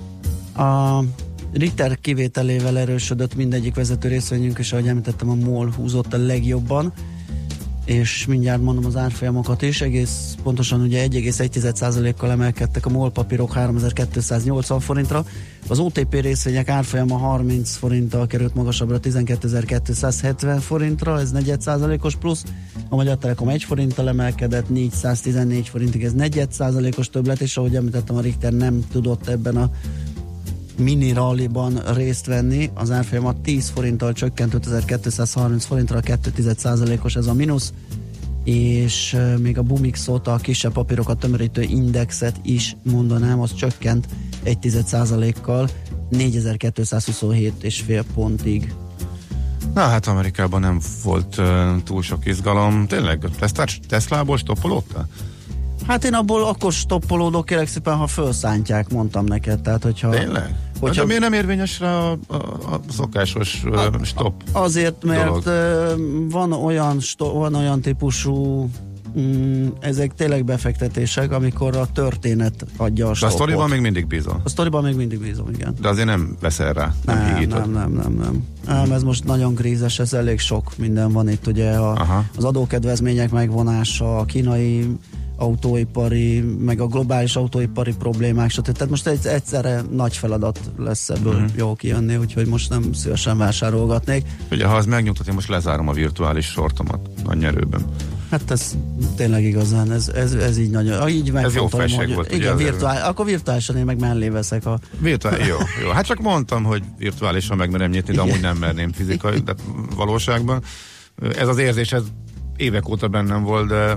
A Ritter kivételével erősödött mindegyik vezető részvényünk, és ahogy említettem, a MOL húzott a legjobban, és mindjárt mondom az árfolyamokat is, egész pontosan ugye egy egész egy százalékkal emelkedtek a MOL papírok háromezer-kétszáznyolcvan forintra, az o té pé részvények árfolyama harminc forinttal került magasabbra tizenkétezer-kétszázhetven forintra, ez negyed százalékos plusz, a Magyar Telekom egy forinttal emelkedett négyszáztizennégy forintig, ez negyed százalékos többlet, és ahogy említettem, a Richter nem tudott ebben a mini ralliban részt venni, az árfolyamat tíz forinttal csökkent ötezer-kétszázharminc forintra, a két egész egy százalékos ez a mínusz, és uh, még a Bumixot, a kisebb papírokat tömörítő indexet is mondanám, az csökkent egy tized százalékkal négyezer-kétszázhuszonhét egész öt pontig. Na hát Amerikában nem volt uh, túl sok izgalom. Tényleg, Teslából stoppolódtál? Hát én abból akkor stoppolódok, kérlek szépen, ha felszántják, mondtam neked. Tehát, hogyha, Tényleg? Hogyha... De miért nem érvényes rá a, a, a szokásos a, stop? Azért, mert dolog. van olyan, sto, van olyan típusú mm, ezek tényleg befektetések, amikor a történet adja a stoppot. De a sztoriban még mindig bízom. A sztoriban még mindig bízom, igen. De azért nem veszel rá, nem, nem higítod. Nem, nem, nem, nem. nem. Ez most nagyon krízes, ez elég sok minden van itt, ugye a, az adókedvezmények megvonása, a kínai autóipari, meg a globális autóipari problémák, stb. Tehát most egy, egyszerre nagy feladat lesz ebből uh-huh. jó kijönni, úgyhogy most nem szívesen vásárolgatnék. Ugye, ha az megnyugtat, én most lezárom a virtuális sortomat a nyerőben. Hát ez tényleg igazán, ez, ez, ez így nagyon, így ez jó felség volt. Igen, virtuál, akkor virtuálisan én meg mellé veszek a... Virtuál, jó, jó. Hát csak mondtam, hogy virtuálisan megmerem nyitni, de amúgy nem merném fizikai, de valóságban. Ez az érzés, ez évek óta bennem volt, de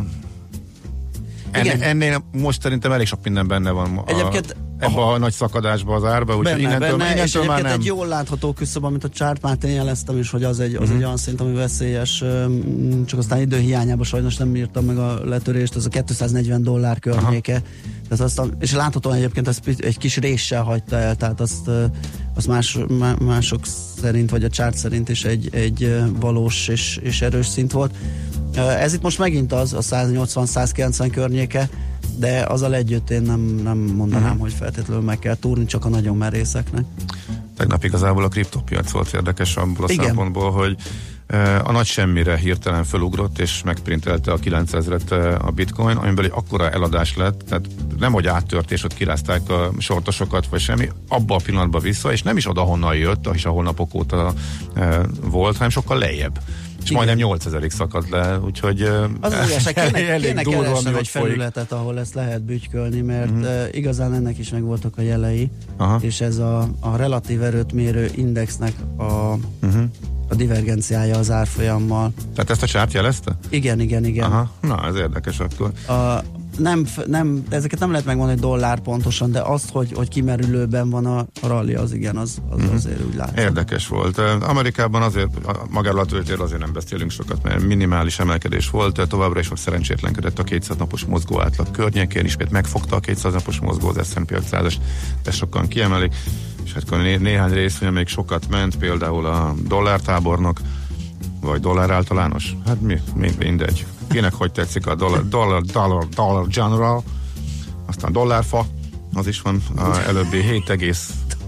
Ennél, ennél most szerintem elég sok minden benne van a, ebben a nagy szakadásban az árba, úgyhogy innentől, benne, innentől és már nem. egy jól látható küszöb, amit a chart már én jeleztem is, hogy az egy, az uh-huh. egy olyan szint, ami veszélyes, csak aztán idő hiányában sajnos nem írtam meg a letörést, az a kétszáznegyven dollár környéke. Tehát azt a, és láthatóan egyébként ezt egy kis réssel hagyta el, tehát azt, azt más, mások szerint, vagy a chart szerint is egy, egy valós és, és erős szint volt. Ez itt most megint az, a száznyolcvan-százkilencven környéke, de azzal együtt én nem, nem mondanám, uh-huh. hogy feltétlenül meg kell túrni, csak a nagyon merészeknek. Tegnap igazából a kriptopiac volt érdekes abból a Igen. szempontból, hogy a nagy semmire hirtelen fölugrott, és megprintelte a kilencezret a bitcoin, amiből egy akkora eladás lett, tehát nem hogy áttört, és ott kirázták a sortosokat, vagy semmi, abban a pillanatban vissza, és nem is oda, honnan jött, és ahol napok óta volt, hanem sokkal lejjebb. És Igen. majdnem nyolcezerig szakadt le, úgyhogy az az igazság, kéne, kéne keresnem egy felületet, ahol ezt lehet bütykölni, mert uh-huh. uh, igazán ennek is megvoltak a jelei, Aha. és ez a, a relatív erőt mérő indexnek a, uh-huh. a divergenciája az árfolyammal. Tehát ezt a chart jelezte? Igen, igen, igen. Aha. Na, ez érdekes akkor. A, nem, nem, ezeket nem lehet megmondani dollár pontosan, de azt, hogy, hogy kimerülőben van a rally, az igen, az, az mm. azért úgy látszik. Érdekes volt. Amerikában azért, magáról a tőzsdéről azért nem beszélünk sokat, mert minimális emelkedés volt, továbbra is szerencsétlenkedett a kétszáz napos mozgó átlag környékén, ismét megfogta a kétszáz napos mozgó, az es and pé ötszázas, de sokan kiemelik, és hát né- néhány részvény még sokat ment, például a dollártábornok, vagy dollár általános, hát mi, mi mindegy. Kinek hogy tetszik a dollar, dollar, dollar, dollar general, aztán dollárfa, az is van, a előbbi hét egész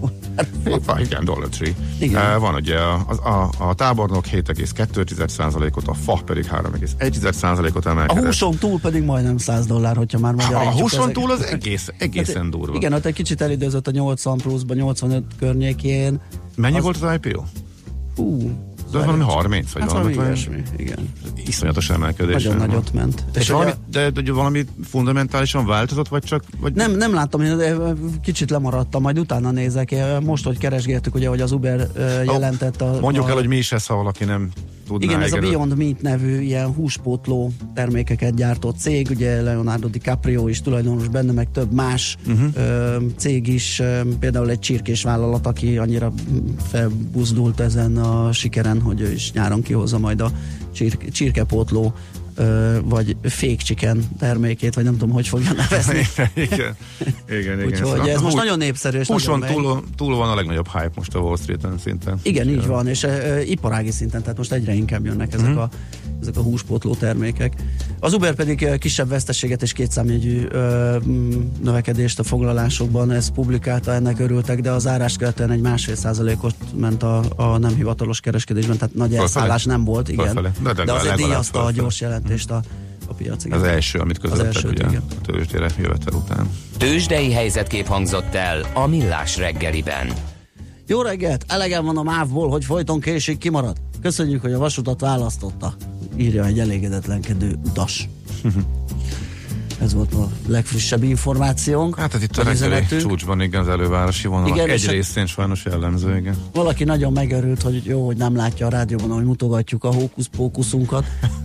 igen, dollar tree. Igen. Van ugye a, a, a tábornok hét egész kettő százalékot, a fa pedig három egész egy százalékot emelkedett. A húson túl pedig majdnem száz dollár, hogyha már magyar. A húson ezek. túl az egész, egészen hát, durva. Igen, ott egy kicsit elidőzött a nyolcvan pluszba, nyolcvanöt környékén. Mennyi az... volt az i pé o? Hú, de valami harminc, vagy hát valami ilyesmi, igen. Iszonyatos emelkedés. Nagyon nagyot ment. És és valami, de, de valami fundamentálisan változott, vagy csak... Vagy... Nem, nem láttam, én kicsit lemaradtam, majd utána nézek. Most, hogy keresgéltük, ugye, hogy az Uber jelentett a... Mondjuk a... el, hogy mi is ez, ha valaki nem tudná. Igen, ez igen, a Beyond Meat nevű ilyen húspótló termékeket gyártó cég, ugye Leonardo DiCaprio is tulajdonos benne, meg több más uh-huh. ö, cég is, ö, például egy csirkés vállalat, aki annyira felbuzdult ezen a sikeren, hogy ő is nyáron kihozza majd a csirke, csirkepótló Ö, vagy fake chicken termékét, vagy nem tudom, hogy fogja nevezni. igen, igen, igen. Úgyhogy ez, ez most nagyon népszerű. Húson túl, túl van a legnagyobb hype most a Wall Street-en szinten. Igen, így van, és ö, iparági szinten, tehát most egyre inkább jönnek ezek, mm. a, ezek a húspótló termékek. Az Uber pedig kisebb veszteséget és kétszámjegyű ö, növekedést a foglalásokban, ezt publikálta, ennek örültek, de az árás követően egy másfél százalékot ment a, a nem hivatalos kereskedésben, tehát nagy elszállás nem volt, igen. De, de, de azért díjazta a gyors jelentést a, a piac. Igen. Az első, amit közöttek ugye igen. a tőzsdére jövetel után. Tőzsdei helyzetkép hangzott el a Millás reggeliben. Jó reggelt! Elegem van a mávból, hogy folyton késik kimarad. Köszönjük, hogy a vasutat választotta. Írja egy elégedetlenkedő utas. Ez volt a legfrissebb információnk. Hát ez itt a reggeli csúcsban, igen, az elővárosi vonalak igen, egy részén sajnos jellemző, igen. Valaki nagyon megörült, hogy jó, hogy nem látja a rádióban, hogy mutogatjuk a hókusz-pókuszunkat.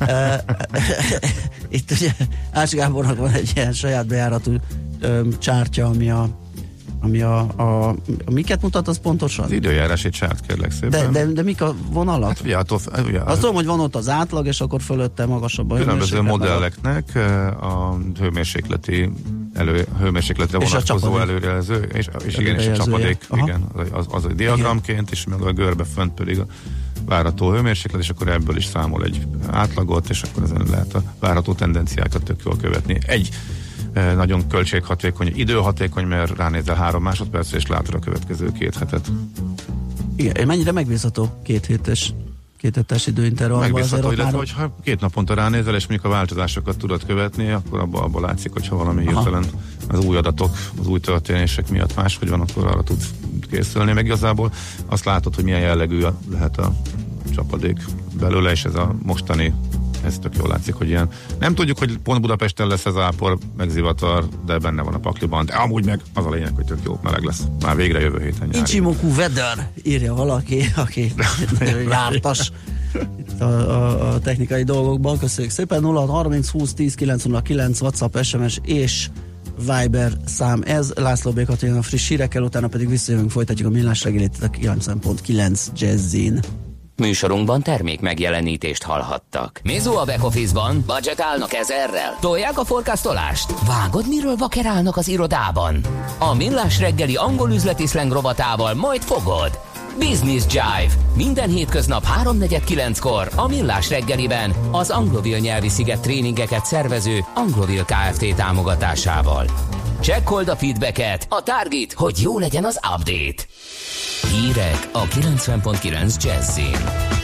Itt ugye Ács Gábornak van egy ilyen saját bejáratú csártya, ami a ami a, a, a miket mutat, az pontosan? Az időjárás egy csárt, kérlek szépen. De, de, de mik a vonalak? Hát, ugye, attól, ugye, azt tudom, hogy van ott az átlag, és akkor fölötte magasabb a különböző modelleknek a hőmérsékleti elő, hőmérsékletre vonatkozó előrejelző, és, és igen, és a csapadék, igen, az, az a diagramként, és meg a görbe fönt pedig a várható hőmérséklet, és akkor ebből is számol egy átlagot, és akkor ezen lehet a várható tendenciákat tök jól követni. Egy nagyon költséghatékony, időhatékony, mert ránézel három másodpercre, és látod a következő két hetet. Igen, mennyire megbízható két hétes, két hetes időintervallban? Megbízható, illetve, hogyha két naponta ránézel, és mondjuk a változásokat tudod követni, akkor abban abba látszik, hogyha valami hirtelen az új adatok, az új történések miatt máshogy van, akkor arra tudsz készülni. Meg igazából azt látod, hogy milyen jellegű lehet a csapadék belőle, és ez a mostani ez tök jól látszik, hogy ilyen. Nem tudjuk, hogy pont Budapesten lesz ez ápor, meg zivatar, de benne van a pakliban. De amúgy meg az a lényeg, hogy tök jó meleg lesz. Már végre jövő héten nyári. Ichimoku weather, írja valaki, aki jártas itt a, a, a technikai dolgokban. Köszönjük szépen. nulla harminc húsz tíz kilenc nulla kilenc WhatsApp, es em es és Viber szám ez. László B. Katalin a friss hírekkel, utána pedig visszajövünk, folytatjuk a Millás reggelit a kilencven pont kilenc Jazzin. Műsorunkban termék megjelenítést hallhattak. Mizu a back office-ban? Budgetálnak ezerrel? Tolják a forecastolást? Vágod, miről vakerálnak az irodában? A Millás reggeli angol üzleti szleng rovatával majd fogod. Business Jive. Minden hétköznap háromnegyed kilenckor a Millás reggeliben az Anglovil nyelvi sziget tréningeket szervező Anglovil Kft. Támogatásával. Csekkold a feedbacket, a target, hogy jó legyen az update. Hírek a kilencven pont kilenc Jazzin.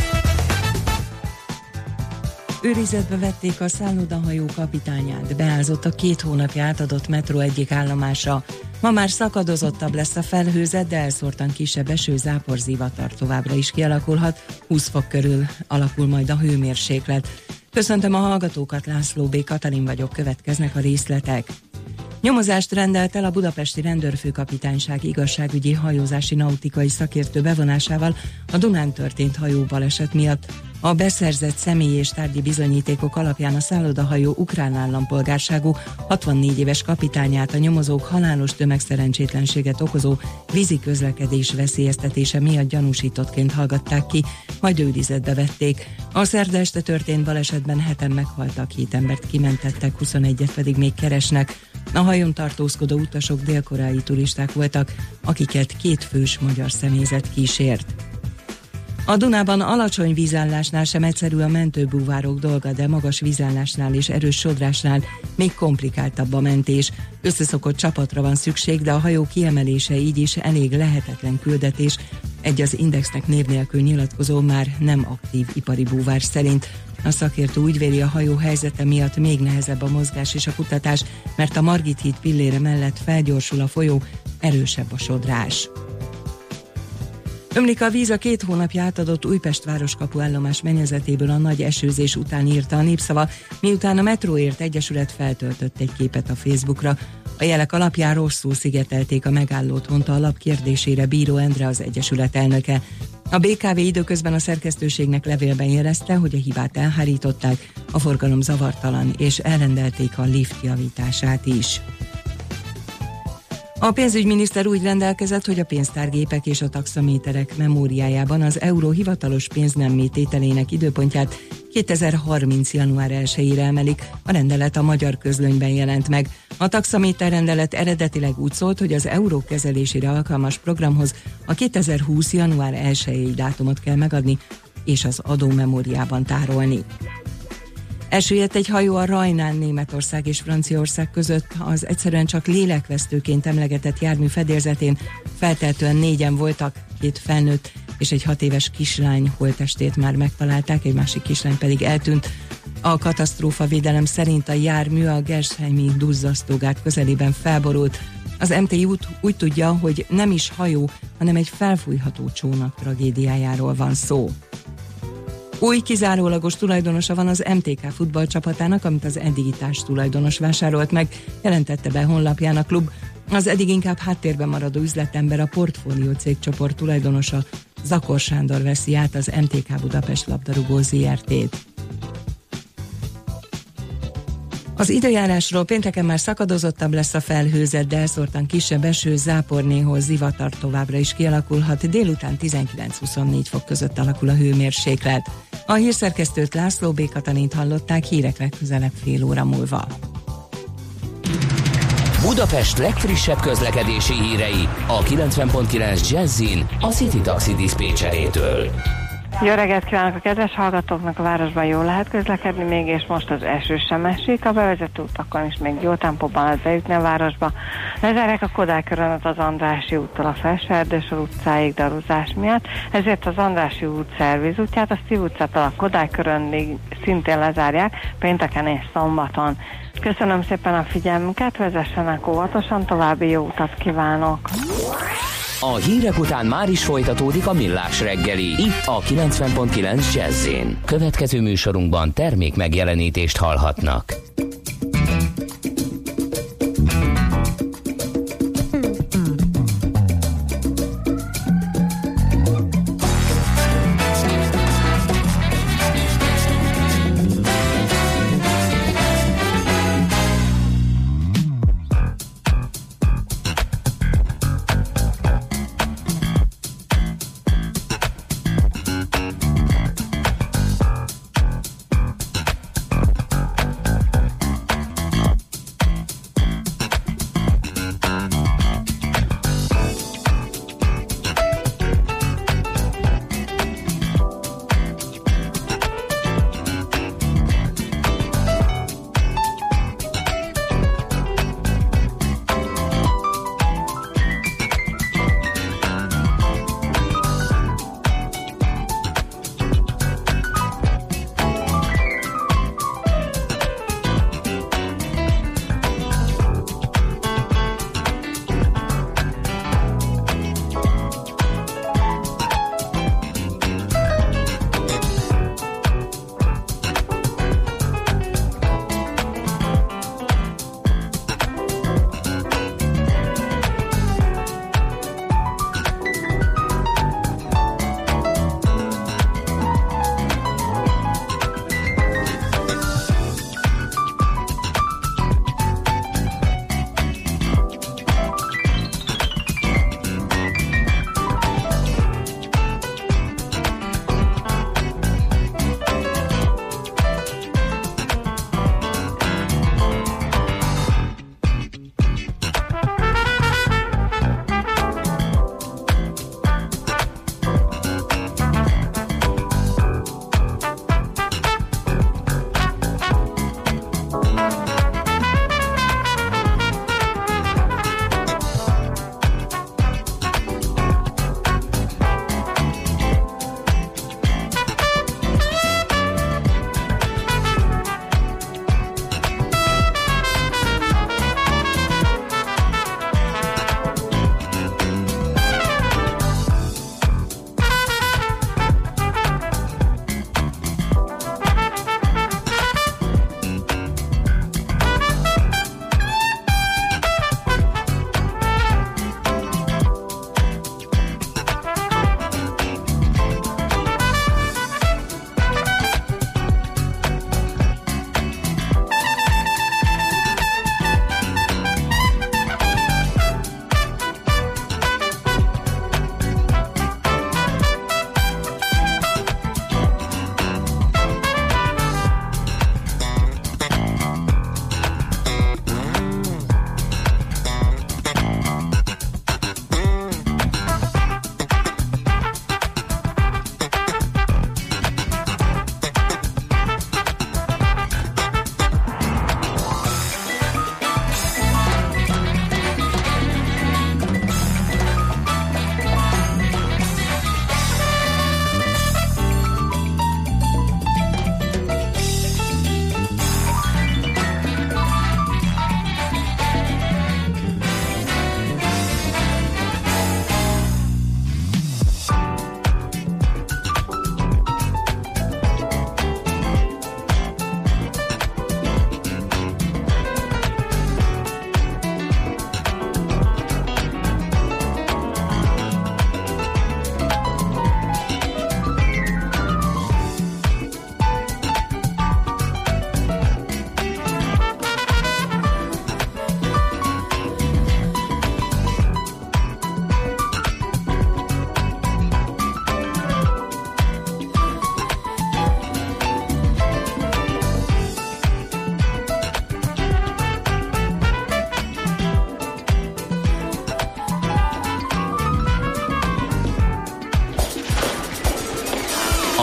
Őrizetbe vették a szállodahajó kapitányát, beázott a két hónapja átadott metró egyik állomásra. Ma már szakadozottabb lesz a felhőzet, de elszórtan kisebb eső, zápor, zivatar továbbra is kialakulhat. húsz fok körül alakul majd a hőmérséklet. Köszöntöm a hallgatókat, László B. Katalin vagyok, következnek a részletek. Nyomozást rendelt el a budapesti rendőrfőkapitányság igazságügyi hajózási nautikai szakértő bevonásával a Dunán történt hajóbaleset miatt. A beszerzett személyi és tárgyi bizonyítékok alapján a szállodahajó ukrán állampolgárságú hatvannégy éves kapitányát a nyomozók halálos tömegszerencsétlenséget okozó vízi közlekedés veszélyeztetése miatt gyanúsítottként hallgatták ki, majd őrizetbe vették. A szerda este történt balesetben heten meghaltak, hét embert kimentettek, huszonegyet pedig még keresnek. A hajón tartózkodó utasok dél-koreai turisták voltak, akiket két fős magyar személyzet kísért. A Dunában alacsony vízállásnál sem egyszerű a mentőbúvárok dolga, de magas vízállásnál és erős sodrásnál még komplikáltabb a mentés. Összeszokott csapatra van szükség, de a hajó kiemelése így is elég lehetetlen küldetés. Egy az Indexnek név nélkül nyilatkozó, már nem aktív ipari búvár szerint. A szakértő úgy véli, a hajó helyzete miatt még nehezebb a mozgás és a kutatás, mert a Margit híd pillére mellett felgyorsul a folyó, erősebb a sodrás. Ömlik a víz a két hónapja átadott Újpest városkapu állomás mennyezetéből a nagy esőzés után, írta a Népszava, miután a Metróért Egyesület feltöltött egy képet a Facebookra. A jelek alapján rosszul szigetelték a megállót, mondta a lap kérdésére Bíró Endre, az egyesület elnöke. A bé ká vé időközben a szerkesztőségnek levélben jelezte, hogy a hibát elhárították, a forgalom zavartalan, és elrendelték a lift javítását is. A pénzügyminiszter úgy rendelkezett, hogy a pénztárgépek és a taxaméterek memóriájában az euró hivatalos pénznemmétételének időpontját kétezer-harminc. január elsejére emelik. A rendelet a Magyar Közlönyben jelent meg. A taxaméter rendelet eredetileg úgy szólt, hogy az euró kezelésére alkalmas programhoz a kétezer-húsz. január elsejéig dátumot kell megadni, és az adómemóriában tárolni. Elsüllyedt egy hajó a Rajnán, Németország és Franciaország között, az egyszerűen csak lélekvesztőként emlegetett jármű fedélzetén feltehetően négyen voltak, két felnőtt és egy hat éves kislány holttestét már megtalálták, egy másik kislány pedig eltűnt. A katasztrófavédelem szerint a jármű a Gersheimi duzzasztógát közelében felborult. Az em té úgy, úgy tudja, hogy nem is hajó, hanem egy felfújható csónak tragédiájáról van szó. Új kizárólagos tulajdonosa van az em té ká futballcsapatának, amit az eddigi társ tulajdonos vásárolt meg, jelentette be honlapján a klub. Az eddig inkább háttérben maradó üzletember, a Portfólió cégcsoport tulajdonosa, Zakor Sándor veszi át az em té ká Budapest labdarúgó zé er té-t. Az időjárásról: pénteken már szakadozottabb lesz a felhőzet, de elszórtan kisebb eső, zápor, néhol zivatar továbbra is kialakulhat, délután tizenkilenc-huszonnégy fok között alakul a hőmérséklet. A hírszerkesztőt, László B. Katalint hallották, hírek legközelebb fél óra múlva. Budapest legfrissebb közlekedési hírei a kilencven pont kilenc Jazzin a City Taxi diszpécserétől. Jó reggelt kívánok a kedves hallgatóknak! A városban jól lehet közlekedni még, és most az eső sem esik. A bevezető utakon is még jó tempóban lehet bejutni a városba. Lezárják a Kodály körönöt az Andrássy úttól a Felső-Erdősor utcáig daruzás miatt, ezért az Andrássy út szervizútját a Szív utcától a Kodály körönig szintén lezárják pénteken és szombaton. Köszönöm szépen a figyelmüket, vezessenek óvatosan, további jó utat kívánok! A hírek után már is folytatódik a Millás reggeli, itt a kilencven pont kilenc Jazz-én. Következő műsorunkban termék megjelenítést hallhatnak.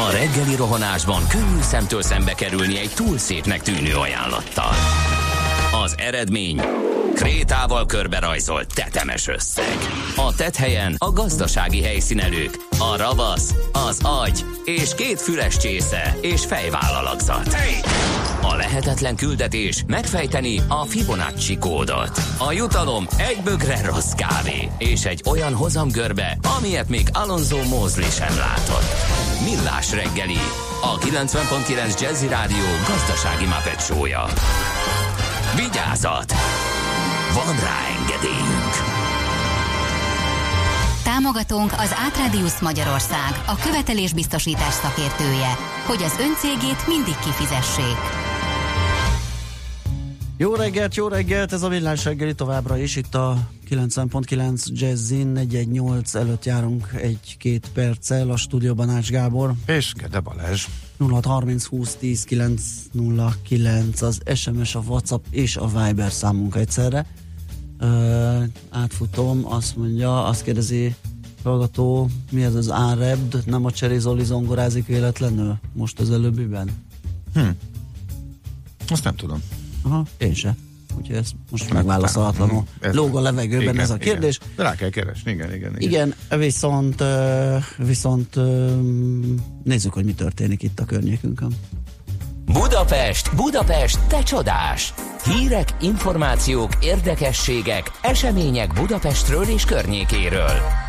A reggeli rohanásban könnyű szemtől szembe kerülni egy túl szépnek tűnő ajánlattal. Az eredmény krétával körberajzolt tetemes összeg. A tetthelyen a gazdasági helyszínelők, a ravasz, az agy és két füles csésze és fejvállalakzat. A lehetetlen küldetés megfejteni a Fibonacci kódot. A jutalom egy bögre rossz kávé és egy olyan hozamgörbe, amilyet még Alonso Mosley sem látott. Millás reggeli, a kilencven pont kilenc Jazzy Rádió gazdasági Muppet show-ja. Vigyázat! Van rá engedélyünk! Támogatónk az Átradius Magyarország, a követelésbiztosítás szakértője, hogy az ön cégét mindig kifizessék. Jó reggelt, jó reggelt, ez a Millás reggeli továbbra is, itt a kilencven pont kilenc Jazzin, négy egy nyolc előtt járunk egy-két perccel, a stúdióban Ács Gábor. És Gede Balázs. nulla hat harminc húsz tíz kilenc nulla kilenc az es em es, a WhatsApp és a Viber számunk egyszerre. Uh, átfutom, azt mondja, azt kérdezi hallgató, mi ez az Árebd, nem a Cseri Zoli zongorázik véletlenül most az előbbiben? Hm. Azt nem tudom. Aha, én se. Úgyhogy ez most megválaszolatlanul lóg a levegőben igen, ez a kérdés. Igen. De rá kell keresni, igen, igen. Igen, igen viszont, viszont nézzük, hogy mi történik itt a környékünkön. Budapest, Budapest, te csodás! Hírek, információk, érdekességek, események Budapestről és környékéről.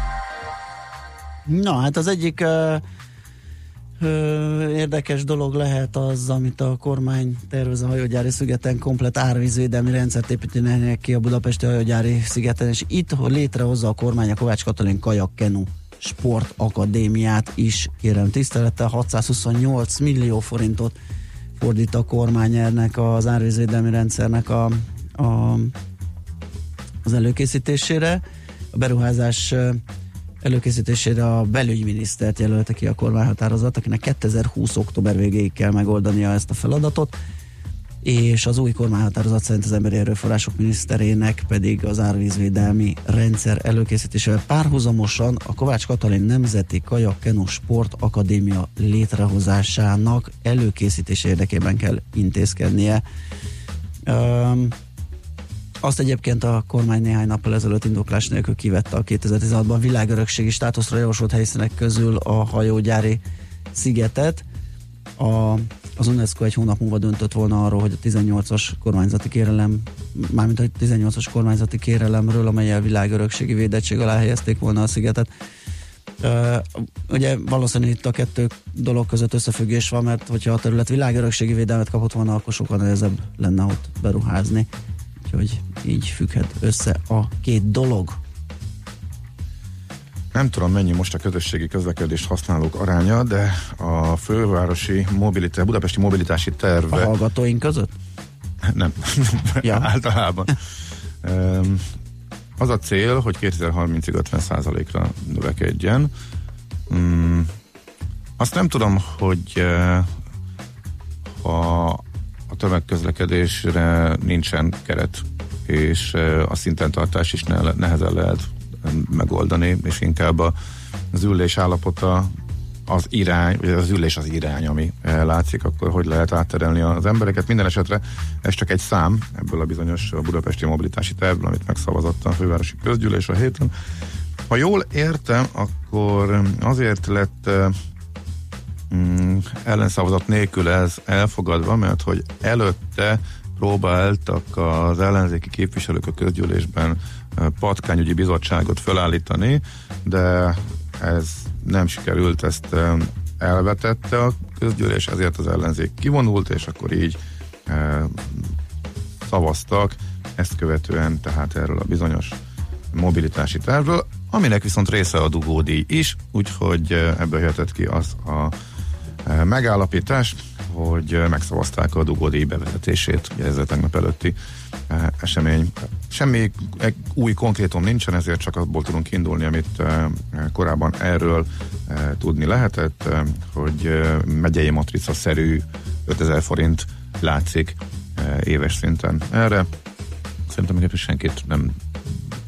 Na, hát az egyik uh, uh, érdekes dolog lehet az, amit a kormány tervez a hajógyári szigeten, komplet árvízvédelmi rendszert építenének ki a budapesti hajógyári szigeten, és itt létrehozza a kormány a Kovács Katalin Kajak Kenu Sportakadémiát is, kérem tisztelettel, hatszázhuszonnyolc millió forintot fordít a kormány ennek az árvízvédelmi rendszernek a, a, az előkészítésére. A beruházás előkészítésére a belügyminisztert jelölte ki a kormányhatározat, akinek kétezer-húsz október végéig kell megoldania ezt a feladatot, és az új kormányhatározat szerint az emberi erőforrások miniszterének pedig az árvízvédelmi rendszer előkészítésével párhuzamosan a Kovács Katalin Nemzeti Kajak Kenu Sport Akadémia létrehozásának előkészítése érdekében kell intézkednie. Um, Azt egyébként a kormány néhány nappal ezelőtt indoklás nélkül kivette a kétezer-tizenhatban világörökségi státuszra javasolt helyszínek közül a hajógyári szigetet. A, az UNESCO egy hónap múlva döntött volna arról, hogy a tizennyolcas kormányzati kérelem, mármint a tizennyolcas kormányzati kérelemről, amellyel világörökségi védettség alá helyezték volna a szigetet. Uh, ugye valószínűleg itt a kettő dolog között összefüggés van, mert hogyha a terület világörökségi védelmet kapott volna, akkor sokkal nehezebb lenne ott beruházni. Úgyhogy így függhet össze a két dolog. Nem tudom, mennyi most a közösségi közlekedést használók aránya, de a fővárosi mobilitás, budapesti mobilitási terve... A hallgatóink között? Nem, ja. Általában. Az a cél, hogy kétezer-harmincig ötven százalékra növekedjen. Azt nem tudom, hogy ha a tömegközlekedésre nincsen keret, és a szintentartás is nehezen lehet megoldani, és inkább az ülés állapota az irány, vagy az ülés az irány, ami látszik, akkor hogy lehet átterelni az embereket. Minden esetre ez csak egy szám ebből a bizonyos budapesti mobilitási tervből, amit megszavazott a fővárosi közgyűlés a héten. Ha jól értem, akkor azért lett mm, ellenszavazat nélkül ez elfogadva, mert hogy előtte próbáltak az ellenzéki képviselők a közgyűlésben patkányügyi bizottságot felállítani, de ez nem sikerült, ezt elvetette a közgyűlés, ezért az ellenzék kivonult, és akkor így e, szavaztak, ezt követően tehát erről a bizonyos mobilitási tervről, aminek viszont része a dugódíj is, úgyhogy ebből jöhetett ki az a e, megállapítás, hogy megszavazták a dugódíj bevezetését, ugye ez a tegnap előtti e, esemény. Semmi új konkrétum nincsen, ezért csak abból tudunk kiindulni, amit e, korábban erről e, tudni lehetett, e, hogy e, megyei matrica-szerű ötezer forint látszik e, éves szinten erre. Szerintem egyébként senkit nem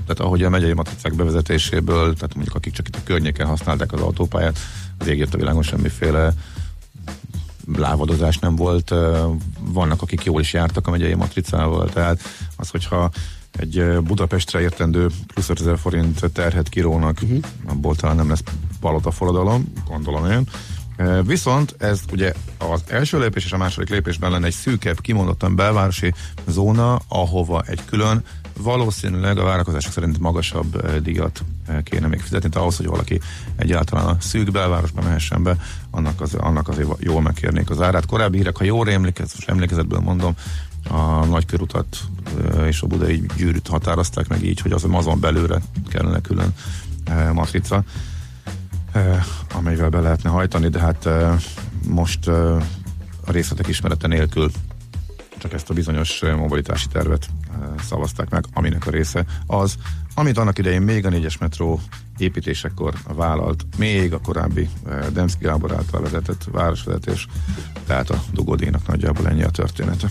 tehát ahogy a megyei matricák bevezetéséből, tehát mondjuk akik csak itt a környéken használták az autópályát, az ég jött a világon, semmiféle lávadozás nem volt, vannak akik jól is jártak a megyei matricával, tehát az, hogyha egy Budapestre értendő plusz ötezer forint terhet kirónak, uh-huh. abból talán nem lesz palota forradalom, gondolom én. Viszont ez ugye az első lépés és a második lépésben lenne egy szűkebb, kimondottan belvárosi zóna, ahova egy külön, valószínűleg a várakozások szerint magasabb díjat kéne még fizetni, tehát ahhoz, hogy valaki egyáltalán a szűk belvárosba mehessen be, annak, az, annak azért jól megkérnék az árát. Korábbi hírek, ha jól emlékez, most emlékezetből mondom, a nagykörutat és a budai gyűrűt határozták meg így, hogy az azon belőle kellene külön matrica, amelyvel be lehetne hajtani, de hát most a részletek ismerete nélkül csak ezt a bizonyos mobilitási tervet szavazták meg, aminek a része az, amit annak idején még a négyes metró építésekor vállalt, még a korábbi Demszky Gábor által vezetett városvezetés, tehát a dugódíjnak nagyjából ennyi a története.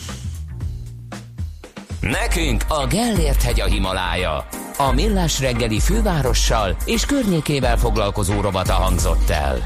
Nekünk a Gellért hegy a Himalája. A Millás reggeli fővárossal és környékével foglalkozó rovata hangzott el.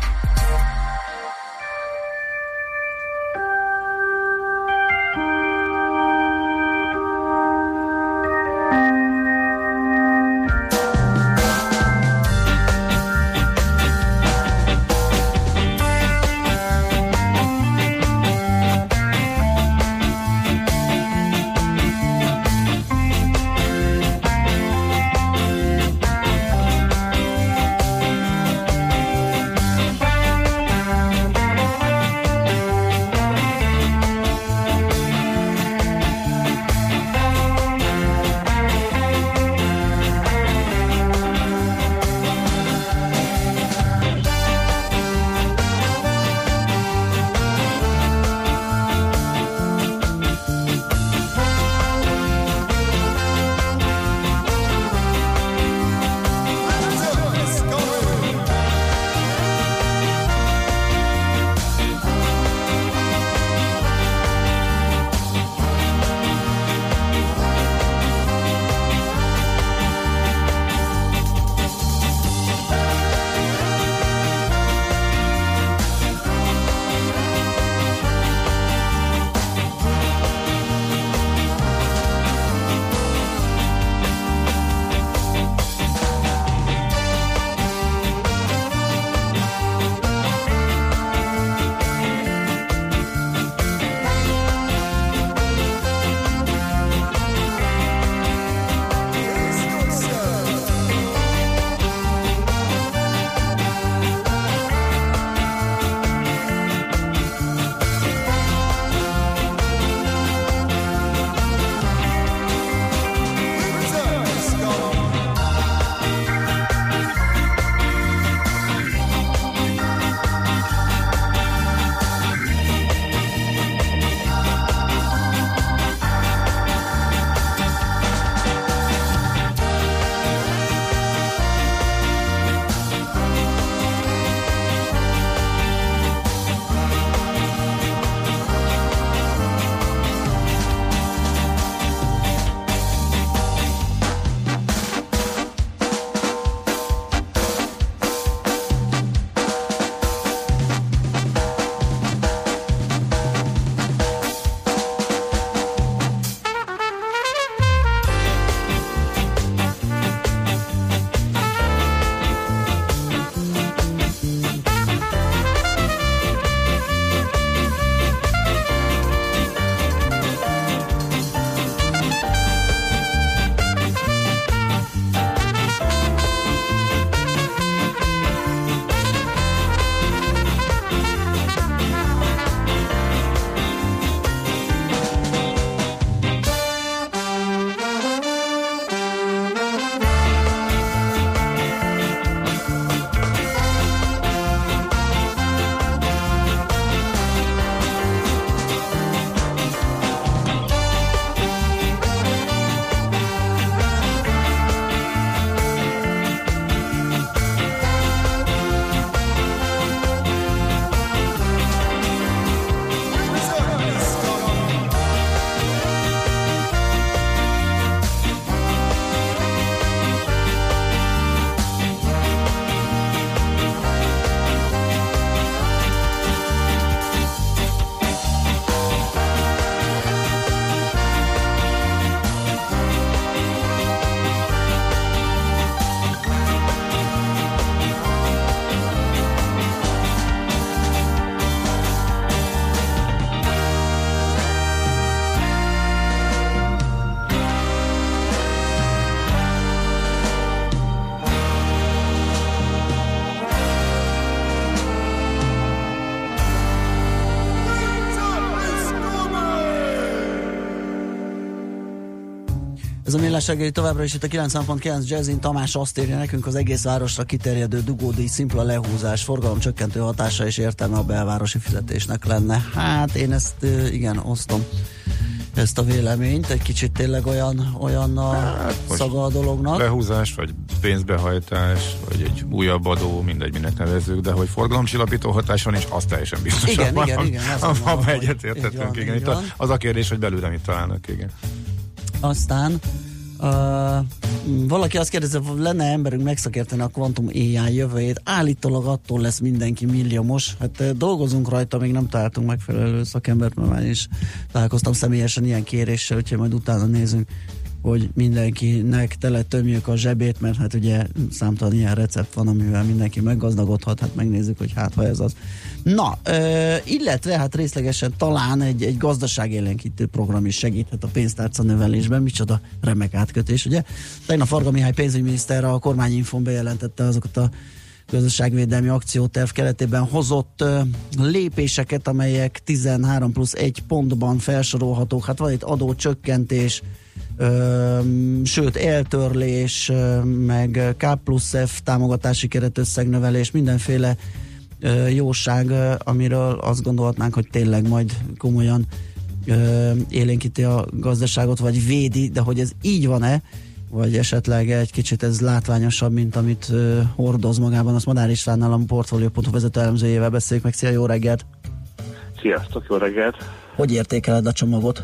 Ez a Millás reggeli továbbra is itt a kilencven pont kilenc Jazzin. Tamás azt írja nekünk, az egész városra kiterjedő dugódíj szimpla lehúzás, forgalomcsökkentő hatása és értelme a belvárosi fizetésnek lenne. Hát én ezt igen, osztom ezt a véleményt, egy kicsit tényleg olyan, olyan a hát szaga a dolognak. Lehúzás, vagy pénzbehajtás, vagy egy újabb adó, mindegy, minek nevezzük, de hogy forgalomcsillapító hatása nincs, az teljesen biztos. Igen, van, igen, igen. Abban egyetértettünk, igen. Itt a, az a kérdés, hogy belőle mit találnak, igen. Aztán uh, valaki azt kérdezi, lenne emberünk megszakérteni a kvantum á i jövőjét, állítólag attól lesz mindenki milliómos. Hát uh, dolgozunk rajta, még nem találtunk megfelelő szakembert, mert már is találkoztam személyesen ilyen kéréssel, úgyhogy majd utána nézünk, hogy mindenkinek tele tömjük a zsebét, mert hát ugye számtalan ilyen recept van, amivel mindenki meggazdagodhat, hát megnézzük, hogy hát ha ez az. Na, ö, illetve hát részlegesen talán egy, egy gazdaságélénkítő program is segíthet a pénztárca növelésben, micsoda remek átkötés, ugye? Tegnap Varga Mihály pénzügyminiszter a kormányinfón bejelentette azokat a gazdaságvédelmi akcióterv keretében hozott ö, lépéseket, amelyek tizenhárom plusz egy pontban felsorolhatók. Hát van itt adócsökkentés, Ö, sőt eltörlés, ö, meg K plusz F támogatási keretösszegnövelés, mindenféle ö, jóság, ö, amiről azt gondolhatnánk, hogy tényleg majd komolyan ö, élénkíti a gazdaságot, vagy védi, de hogy ez így van-e, vagy esetleg egy kicsit ez látványosabb, mint amit ö, hordoz magában, azt Madár Istvánnal, a Portfolio pont hu vezető elemzőjével beszéljük meg. Szia, jó reggelt! Sziasztok, jó reggelt! Hogy értékeled a csomagot?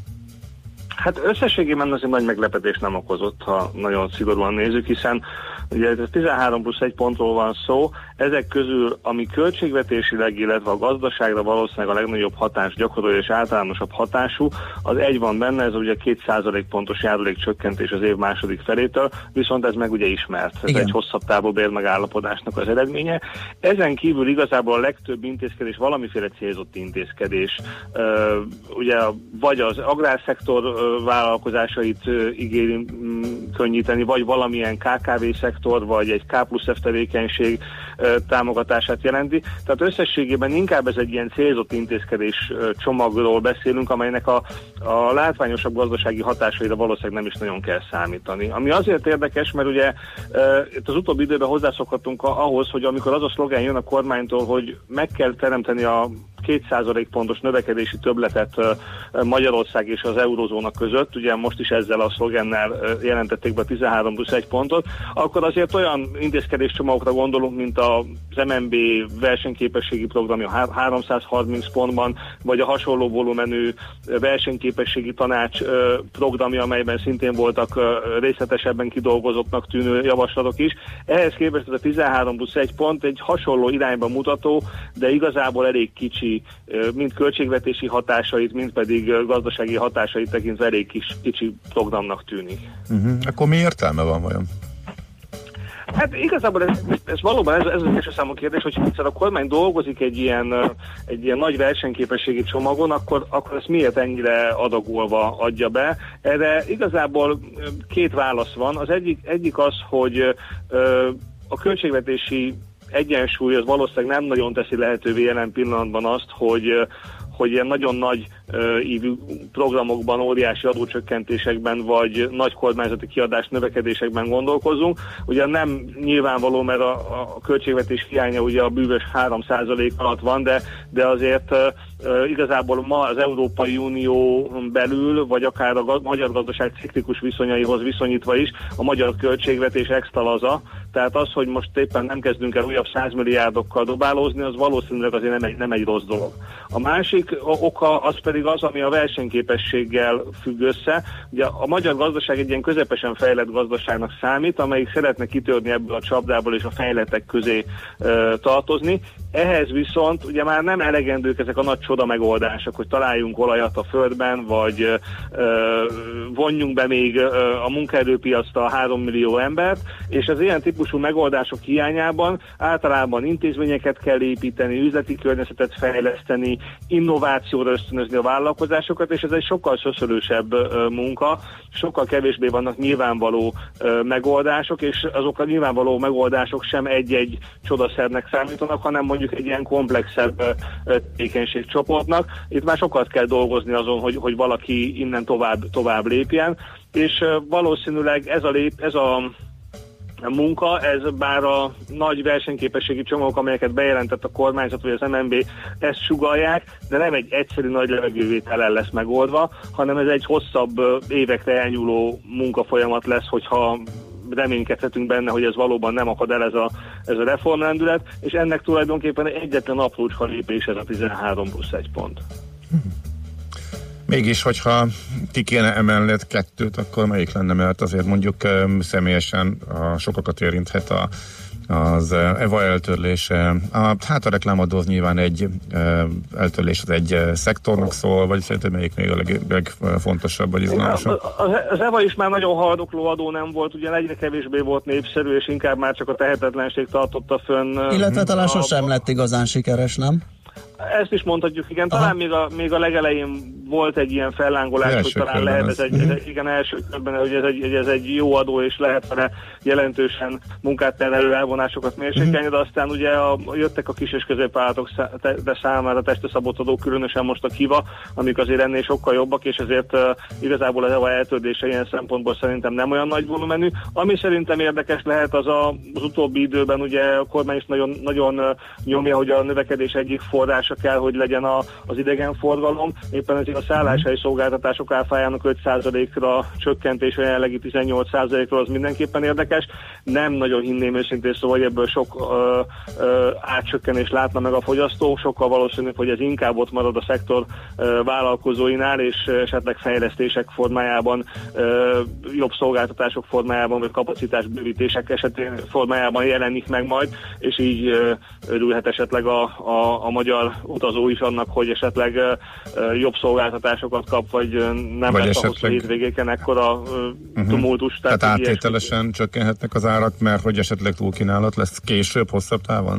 Hát összességében azért nagy meglepetés nem okozott, ha nagyon szigorúan nézzük, hiszen ugye ez tizenhárom plusz egy pontról van szó, ezek közül, ami költségvetésileg, illetve a gazdaságra valószínűleg a legnagyobb hatást gyakorolja és általánosabb hatású, az egy van benne, ez ugye két százalékpontos járulékcsökkentés az év második felétől, viszont ez meg ugye ismert, ez igen, egy hosszabb távú bérmegállapodásnak az eredménye. Ezen kívül igazából a legtöbb intézkedés valamiféle célzott intézkedés. Uh, ugye vagy az agrárszektor uh, vállalkozásait uh, ígéri um, könnyíteni, vagy valamilyen ká ká vé szektor, vagy egy K plusz F tevékenység uh, támogatását jelenti. Tehát összességében inkább ez egy ilyen célzott intézkedés uh, csomagról beszélünk, amelynek a, a látványosabb gazdasági hatásaira valószínűleg nem is nagyon kell számítani. Ami azért érdekes, mert ugye uh, itt az utóbbi időben hozzászokhatunk ahhoz, hogy amikor az a szlogán jön a kormánytól, hogy meg kell teremteni a két százalékpontos növekedési többletet Magyarország és az eurozóna között, ugye most is ezzel a szlogennel jelentették be a tizenhárom plusz egy pontot, akkor azért olyan intézkedéscsomagokra gondolunk, mint az em en bé versenyképességi programja háromszázharminc pontban, vagy a hasonló volumenű versenyképességi tanács programja, amelyben szintén voltak részletesebben kidolgozottnak tűnő javaslatok is. Ehhez képest ez a tizenhárom plusz egy pont egy hasonló irányba mutató, de igazából elég kicsi, mind költségvetési hatásait, mind pedig gazdasági hatásait tekintve elég kis, kicsi programnak tűnik. Uh-huh. Akkor mi értelme van vajon? Hát igazából ez, ez valóban ez, ez az első számú kérdés, hogy ha a kormány dolgozik egy ilyen, egy ilyen nagy versenyképességi csomagon, akkor, akkor ezt miért ennyire adagolva adja be? Erre igazából két válasz van. Az egyik, egyik az, hogy ö, a költségvetési egyensúly az valószínűleg nem nagyon teszi lehetővé jelen pillanatban azt, hogy, hogy ilyen nagyon nagy uh, ívű programokban, óriási adócsökkentésekben, vagy nagy kormányzati kiadás növekedésekben gondolkozunk. Ugye nem nyilvánvaló, mert a, a költségvetés hiánya ugye a bűvös három százalék alatt van, de, de azért uh, uh, igazából ma az Európai Unió belül, vagy akár a gaz- magyar gazdaság ciklikus viszonyaihoz viszonyítva is, a magyar költségvetés extra laza. Tehát az, hogy most éppen nem kezdünk el újabb száz milliárdokkal dobálózni, az valószínűleg azért nem egy, nem egy rossz dolog. A másik oka az pedig az, ami a versenyképességgel függ össze. Ugye a magyar gazdaság egy ilyen közepesen fejlett gazdaságnak számít, amelyik szeretne kitörni ebből a csapdából és a fejlettek közé ö, tartozni. Ehhez viszont ugye már nem elegendők ezek a nagy csoda megoldások, hogy találjunk olajat a földben, vagy ö, vonjunk be még ö, a munkaerőpiacra a három millió embert, és az ilyen típusú megoldások hiányában általában intézményeket kell építeni, üzleti környezetet fejleszteni, innovációra ösztönözni a vállalkozásokat, és ez egy sokkal szöszölősebb ö, munka, sokkal kevésbé vannak nyilvánvaló ö, megoldások, és azok a nyilvánvaló megoldások sem egy-egy csodaszernek számítanak, hanem mondjuk mondjuk egy ilyen komplexebb tevékenységcsoportnak. Itt már sokat kell dolgozni azon, hogy, hogy valaki innen tovább, tovább lépjen, és valószínűleg ez a, lép, ez a munka, ez bár a nagy versenyképességi csomagok, amelyeket bejelentett a kormányzat vagy az em en bé, ezt sugallják, de nem egy egyszerű nagy levegővétellel lesz megoldva, hanem ez egy hosszabb évekre elnyúló munkafolyamat lesz, hogyha reménykedhetünk benne, hogy ez valóban nem akad el ez a, ez a reformrendület, és ennek tulajdonképpen egyetlen aprócska lépés ez a tizenhárom plusz egy pont. Mégis, hogyha ki kéne emellett kettőt, akkor melyik lenne? Mert azért mondjuk személyesen a sokakat érinthet a, az e vé á eltörlése. A, hát a reklámadóz nyilván egy eltörlés az egy szektornak szól, vagy szerintem melyik még a leg, legfontosabb, vagy izgalmasabb? Az e vé á is már nagyon haldokló adó nem volt, ugye egyre kevésbé volt népszerű, és inkább már csak a tehetetlenség tartotta fönn. Illetve talán sosem lett igazán sikeres, nem? Ezt is mondhatjuk, igen. Talán még a, még a legelején volt egy ilyen fellángolás, első hogy talán lehet ez egy, ez egy igen, első körben, hogy ez egy, ez egy jó adó, és lehet vele jelentősen munkát terhelő elvonásokat mérsékelni, de aztán ugye a, jöttek a kis és középvállalatok de számára a testre szabott adók, különösen most a kiva, amik azért ennél sokkal jobbak, és ezért uh, igazából az e vé á eltörlése ilyen szempontból szerintem nem olyan nagy volumenű. Ami szerintem érdekes lehet, az a, az utóbbi időben ugye a kormány is nagyon, nagyon uh, nyomja, hogy a növekedés egyik forrása kell, hogy legyen a, az idegenforgalom. Éppen ezért a szálláshelyi szolgáltatások áfájának öt százalékra csökkentés, a jelenlegi tizennyolc százalékról az mindenképpen érdekes. Nem nagyon hinném őszintén, szóval, hogy ebből sok ö, ö, átcsökkenést látna meg a fogyasztó, sokkal valószínűbb, hogy ez inkább ott marad a szektor ö, vállalkozóinál, és esetleg fejlesztések formájában, ö, jobb szolgáltatások formájában, vagy kapacitásbővítések esetén formájában jelenik meg majd, és így ö, örülhet esetleg a, a, a magyar utazó is annak, hogy esetleg ö, jobb szolgáltatásokat kap, vagy nem vagy lesz esetleg... ahhoz a hétvégéken ekkora uh-huh. tumultus. Tehát, tehát áttételesen ilyesmi... csökkenhetnek az árak, mert hogy esetleg túlkínálat lesz később, hosszabb távon?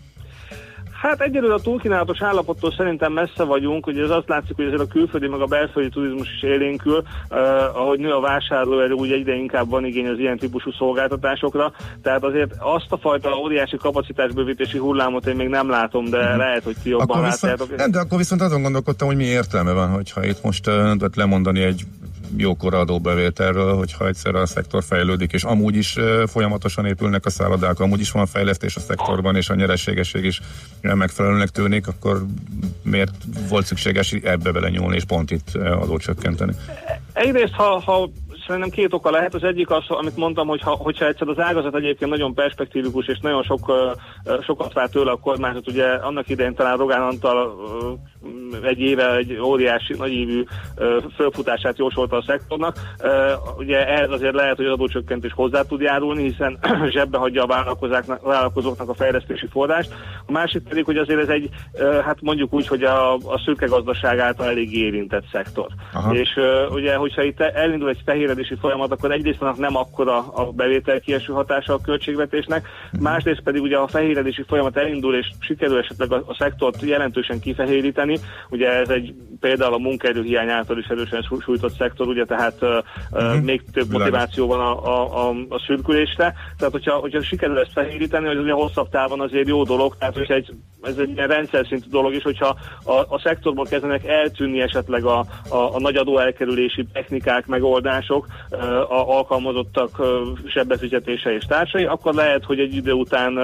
Hát egyelőre a túlkínálatos állapottól szerintem messze vagyunk, ugye ez azt látszik, hogy ezért a külföldi meg a belföldi turizmus is élénkül, uh, ahogy nő a vásárlóerő, ugye egyre inkább van igény az ilyen típusú szolgáltatásokra, tehát azért azt a fajta óriási kapacitásbővítési hullámot én még nem látom, de uh-huh. lehet, hogy ti jobban látjátok. Nem, de akkor viszont azon gondolkodtam, hogy mi értelme van, hogyha itt most uh, lemondani egy jókora adóbevételről, hogyha egyszer a szektor fejlődik, és amúgy is uh, folyamatosan épülnek a szállodák, amúgy is van fejlesztés a szektorban, és a nyereségesség is megfelelőnek tűnik, akkor miért volt szükséges ebbe belenyúlni, és pont itt uh, adót csökkenteni? Egyrészt, ha, ha szerintem két oka lehet. Az egyik az, amit mondtam, hogy ha, hogyha egyszer az ágazat egyébként nagyon perspektívikus, és nagyon sok, uh, sokat vár tőle a kormányzat, ugye annak idején talán Rogán Antal uh, egy éve egy óriási, nagyívű uh, fölfutását jósolta a szektornak. Uh, ugye ez azért lehet, hogy az adócsökkentés hozzá tud járulni, hiszen zsebbe hagyja a vállalkozóknak a fejlesztési forrást. A másik pedig, hogy azért ez egy, uh, hát mondjuk úgy, hogy a, a szürke gazdaság által elég érintett szektor. Aha. És uh, ugye, hogyha itt elindul egy fehéredési folyamat, akkor egyrészt annak nem akkora a bevétel kieső hatása a költségvetésnek, másrészt pedig ugye a fehéredési folyamat elindul, és sikerül esetleg a, a szektort jelentősen kifehéríteni. Ugye ez egy például a munkaerőhiány által is erősen sújtott szektor, ugye tehát uh, uh-huh. még több motiváció van a, a, a, a szürkülésre. Tehát, hogyha, hogyha sikerül ezt fehéríteni, hogy ugye hosszabb távon azért jó dolog, tehát hogyha egy, ez egy ilyen rendszer szintű dolog is, hogyha a, a szektorból kezdenek eltűnni esetleg a, a, a nagy adóelkerülési technikák, megoldások, a alkalmazottak sebbefizetése és társai, akkor lehet, hogy egy idő után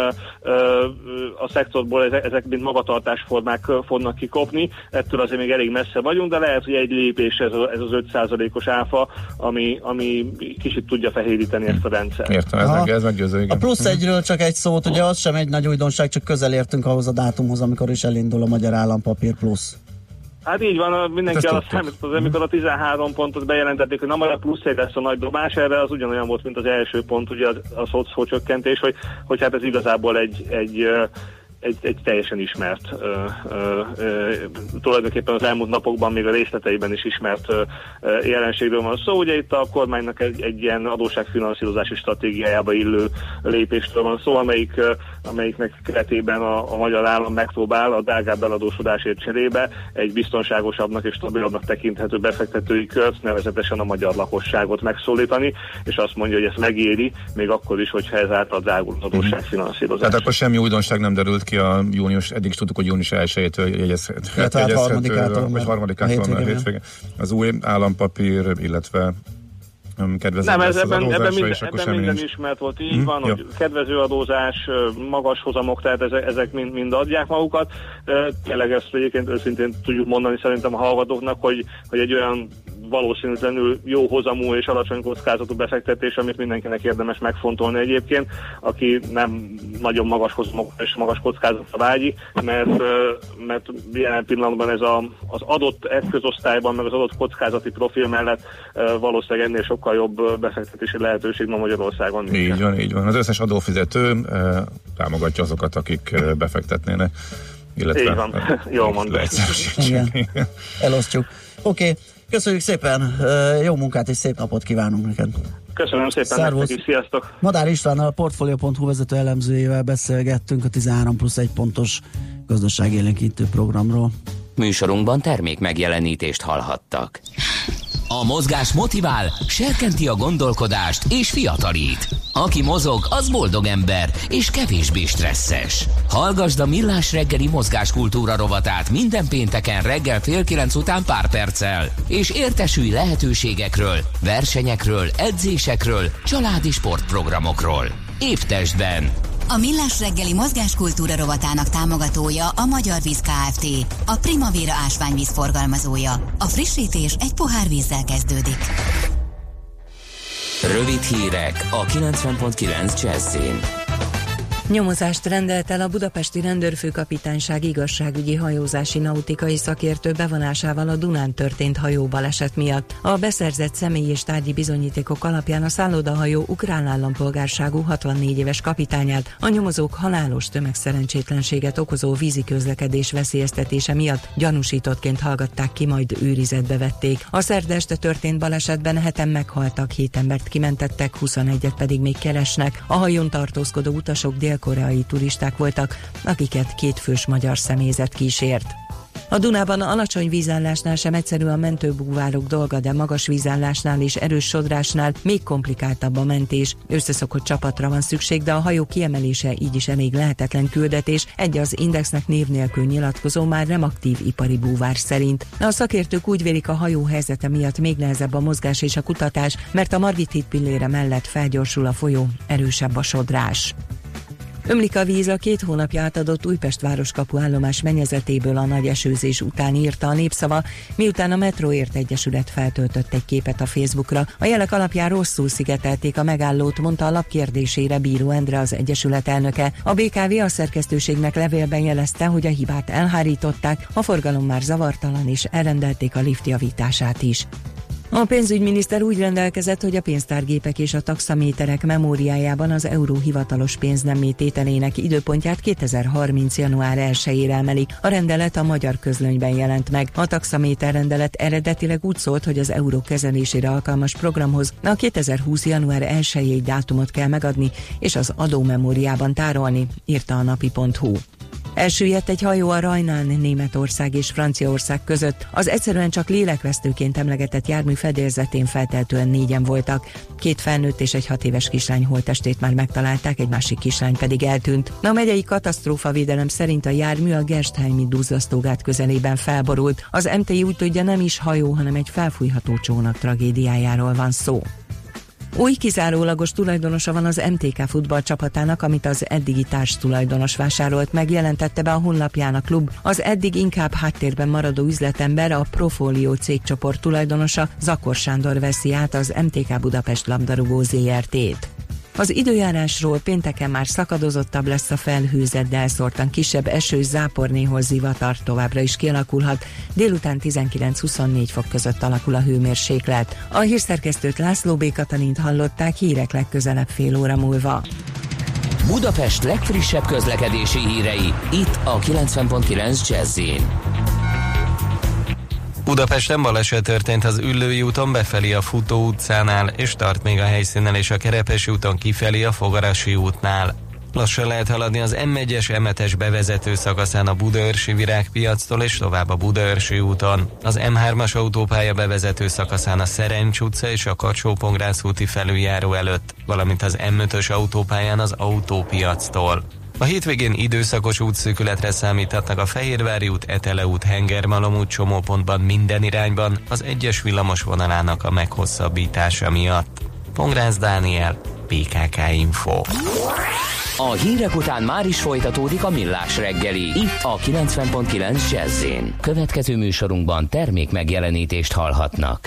a szektorból ezek mint magatartásformák fognak kikopni, ettől azért még elég messze vagyunk, de lehet, hogy egy lépés ez az öt százalékos áfa, ami, ami kicsit tudja fehéríteni ezt a rendszert. Értem, ez, meg, ez meggyőző, igen. A plusz egyről csak egy szót, ugye az sem egy nagy újdonság, csak közel értünk ahhoz a dátumhoz, amikor is elindul a Magyar Állampapír Plusz. Hát így van, mindenki alatt számított, amikor a tizenhárom pontot bejelentették, hogy na majd a plusz egy lesz a nagy dobás, erre az ugyanolyan volt, mint az első pont, ugye a, a szó csökkentés, hogy, hogy hát ez igazából egy, egy, egy, egy teljesen ismert, ö, ö, ö, tulajdonképpen az elmúlt napokban még a részleteiben is ismert ö, ö, jelenségről van szó. Ugye itt a kormánynak egy, egy ilyen adósságfinanszírozási stratégiájába illő lépésről van szó, amelyik ö, amelyiknek keretében a, a magyar állam megpróbál a drágább eladósodásért cserébe egy biztonságosabbnak és stabilabbnak tekinthető befektetői kört, nevezetesen a magyar lakosságot megszólítani, és azt mondja, hogy ezt megéri, még akkor is, hogyha ezáltal drágul az adósságfinanszírozás. Tehát akkor semmi újdonság nem derült ki a június, eddig is tudtuk, hogy június elsejétől jegyezhet, hát harmadikától, vagy harmadikától a hétvégén. Az új állampapír, illetve kedvező nem, ez ebben, az ebben, minden, és akkor ebben minden nincs. ismert volt, így hmm, van, jó. hogy kedvező adózás, magas hozamok, tehát ezek, ezek mind, mind adják magukat. Tényleg ezt egyébként őszintén tudjuk mondani szerintem a hallgatóknak, hogy, hogy egy olyan valószínűtlenül jó hozamú és alacsony kockázatú befektetés, amit mindenkinek érdemes megfontolni egyébként, aki nem nagyon magas hozamok és magas kockázatra vágyik, mert, mert jelen pillanatban ez a, az adott eszközosztályban, meg az adott kockázati profil mellett valószínűleg ennél sokkal jobb befektetési lehetőség ma Magyarországon. Így nincs. van, így van. Az összes adófizető eh, támogatja azokat, akik eh, befektetnének. Illetve, így van, jól mondom. Igen, elosztjuk. Oké, okay. Köszönjük szépen, jó munkát és szép napot kívánunk neked. Köszönöm szépen nektek is, sziasztok! Madár Istvánnal, a Portfolio pont hu vezető elemzőjével beszélgettünk a tizenhárom plusz egy pontos gazdaságélénkítő programról. Műsorunkban termék megjelenítést hallhattak. A mozgás motivál, serkenti a gondolkodást és fiatalít. Aki mozog, az boldog ember és kevésbé stresszes. Hallgasd a Millás reggeli mozgáskultúra rovatát minden pénteken reggel fél kilenc után pár perccel, és értesülj lehetőségekről, versenyekről, edzésekről, családi sportprogramokról. Épp testben. A Millás reggeli mozgáskultúra rovatának támogatója a Magyar Víz Kft. A Primavera ásványvíz forgalmazója. A frissítés egy pohár vízzel kezdődik. Rövid hírek a kilencven pont kilenc Jazzin. Nyomozást rendelt el a budapesti rendőrfőkapitányság igazságügyi hajózási nautikai szakértő bevonásával a Dunán történt hajóbaleset miatt. A beszerzett személyi és tárgyi bizonyítékok alapján a szállodahajó ukrán állampolgárságú hatvannégy éves kapitányát a nyomozók halálos tömegszerencsétlenséget okozó vízi közlekedés veszélyeztetése miatt gyanúsítottként hallgatták ki, majd őrizetbe vették. A szerda este történt balesetben heten meghaltak, hét embert kimentettek, huszonegyet pedig még keresnek. A hajón tartózkodó utasok dél-koreai turisták voltak, akiket kétfős magyar személyzet kísért. A Dunában alacsony vízállásnál sem egyszerű a mentőbúvárok dolga, de magas vízállásnál és erős sodrásnál még komplikáltabb a mentés. Összeszokott csapatra van szükség, de a hajó kiemelése így is elég lehetetlen küldetés, egy az Indexnek név nélkül nyilatkozó, már nem aktív ipari búvár szerint. A szakértők úgy vélik, a hajó helyzete miatt még nehezebb a mozgás és a kutatás, mert a Margit híd pillére mellett felgyorsul a folyó, erősebb a sodrás. Ömlik a víz a két hónapja átadott Újpest városkapu állomás mennyezetéből a nagy esőzés után, írta a Népszava, miután a Metróért Egyesület feltöltött egy képet a Facebookra. A jelek alapján rosszul szigetelték a megállót, mondta a lap kérdésére Bíró Endre, az Egyesület elnöke. A bé ká vé a szerkesztőségnek levélben jelezte, hogy a hibát elhárították, a forgalom már zavartalan, és elrendelték a lift javítását is. A pénzügyminiszter úgy rendelkezett, hogy a pénztárgépek és a taxaméterek memóriájában az euró hivatalos pénznemmé tételének időpontját kétezer-harminc. január elsejére emelik. A rendelet a Magyar Közlönyben jelent meg. A taxaméter rendelet eredetileg úgy szólt, hogy az euró kezelésére alkalmas programhoz a kétezer-húsz. január elsejéig dátumot kell megadni, és az adómemóriában tárolni, írta a napi pont hu. Elsüllyedt egy hajó a Rajnán, Németország és Franciaország között. Az egyszerűen csak lélekvesztőként emlegetett jármű fedélzetén feltehetően négyen voltak. Két felnőtt és egy hat éves kislány holttestét már megtalálták, egy másik kislány pedig eltűnt. A megyei katasztrófavédelem szerint a jármű a Gerstheimi duzzasztógát közelében felborult. Az em té i úgy tudja, nem is hajó, hanem egy felfújható csónak tragédiájáról van szó. Új kizárólagos tulajdonosa van az em té ká futballcsapatának, amit az eddigi társtulajdonos vásárolt meg, jelentette be a honlapján a klub. Az eddig inkább háttérben maradó üzletember, a Profolio cégcsoport tulajdonosa, Zakor Sándor veszi át az em té ká Budapest labdarúgó zé er té-t. Az időjárásról: pénteken már szakadozottabb lesz a felhőzet, de elszórtan kisebb eső, zápor, néhol zivatar továbbra is kialakulhat. Délután tizenkilenc-huszonnégy fok között alakul a hőmérséklet. A hírszerkesztőt, László B. Katalint hallották, hírek legközelebb fél óra múlva. Budapest legfrissebb közlekedési hírei, itt a kilencven pont kilenc Jazz-in. Budapesten baleset történt az Üllői úton befelé a Futó utcánál, és tart még a helyszínen, és a Kerepesi úton kifelé a Fogarasi útnál. Lassan lehet haladni az em egyes em ötös bevezető szakaszán a Budaörsi Virágpiactól és tovább a Budaörsi úton. Az em hármas autópálya bevezető szakaszán a Szerencs utca és a Kacsó-Pongrácz úti felüljáró előtt, valamint az em ötös autópályán az Autópiactól. A hétvégén időszakos útszűkületre számíthatnak a Fehérvári út, Etele út, Hengermalom út csomópontban minden irányban az egyes villamos vonalának a meghosszabbítása miatt. Pongrácz Dániel, pé ká ká Info. A hírek után már is folytatódik a Millás reggeli, itt a kilencven pont kilenc Jazz-én. Következő műsorunkban termék megjelenítést hallhatnak.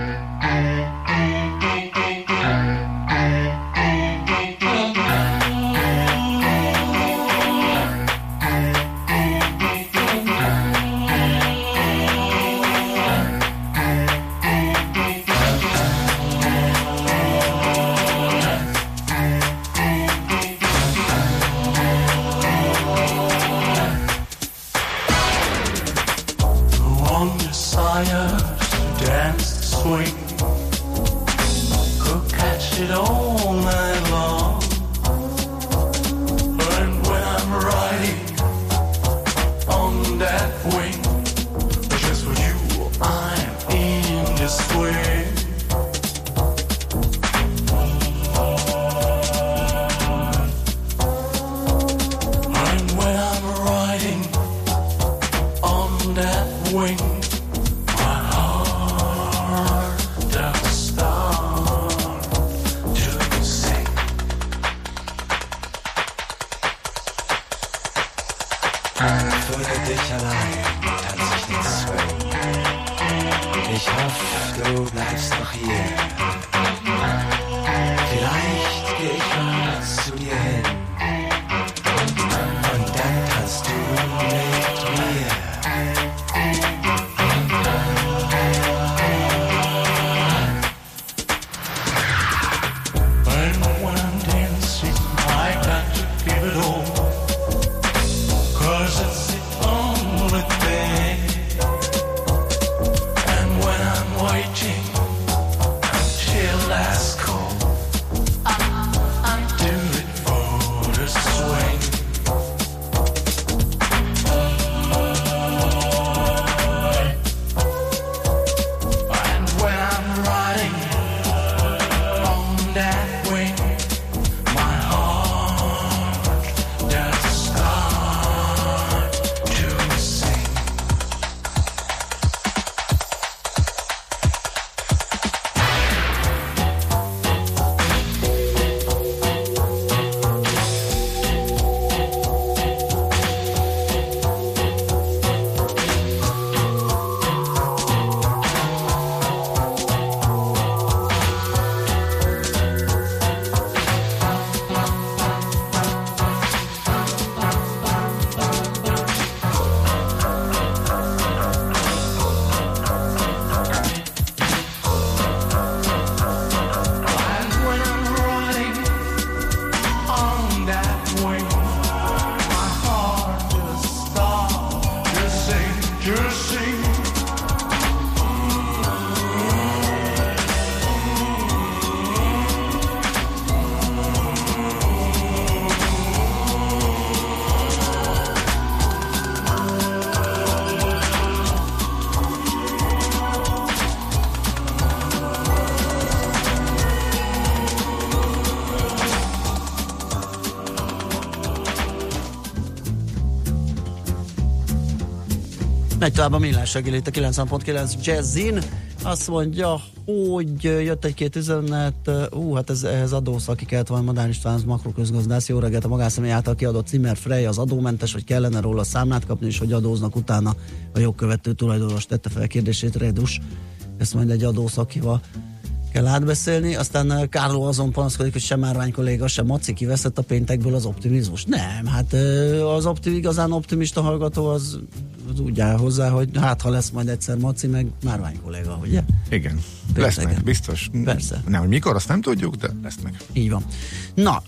Megy tovább a Millás reggeli, itt a kilencven pont kilenc Jazzin. Azt mondja, hogy jött egy-két üzenet, ú, hát ez, ehhez adószaki kellett volna, Madár István, az makroközgazdász, jó reggelt, a magánszemély által kiadott Zimmer Frey az adómentes, hogy kellene róla számlát kapni, és hogy adóznak utána. A jogkövető tulajdonos tette fel a kérdését, Redus. Ezt majd egy adószakival kell átbeszélni. Aztán Kárló azon panaszkodik, hogy sem Márvány kolléga, sem Maci kiveszett a péntekből az optimizmus. Nem, hát az optim, igazán optimista hallgató az, az úgy áll hozzá, hogy hát ha lesz majd egyszer Maci, meg Márvány kolléga, ugye? Igen, lesznek, biztos. Persze. Nem, hogy mikor, azt nem tudjuk, de lesznek. Így van. Na,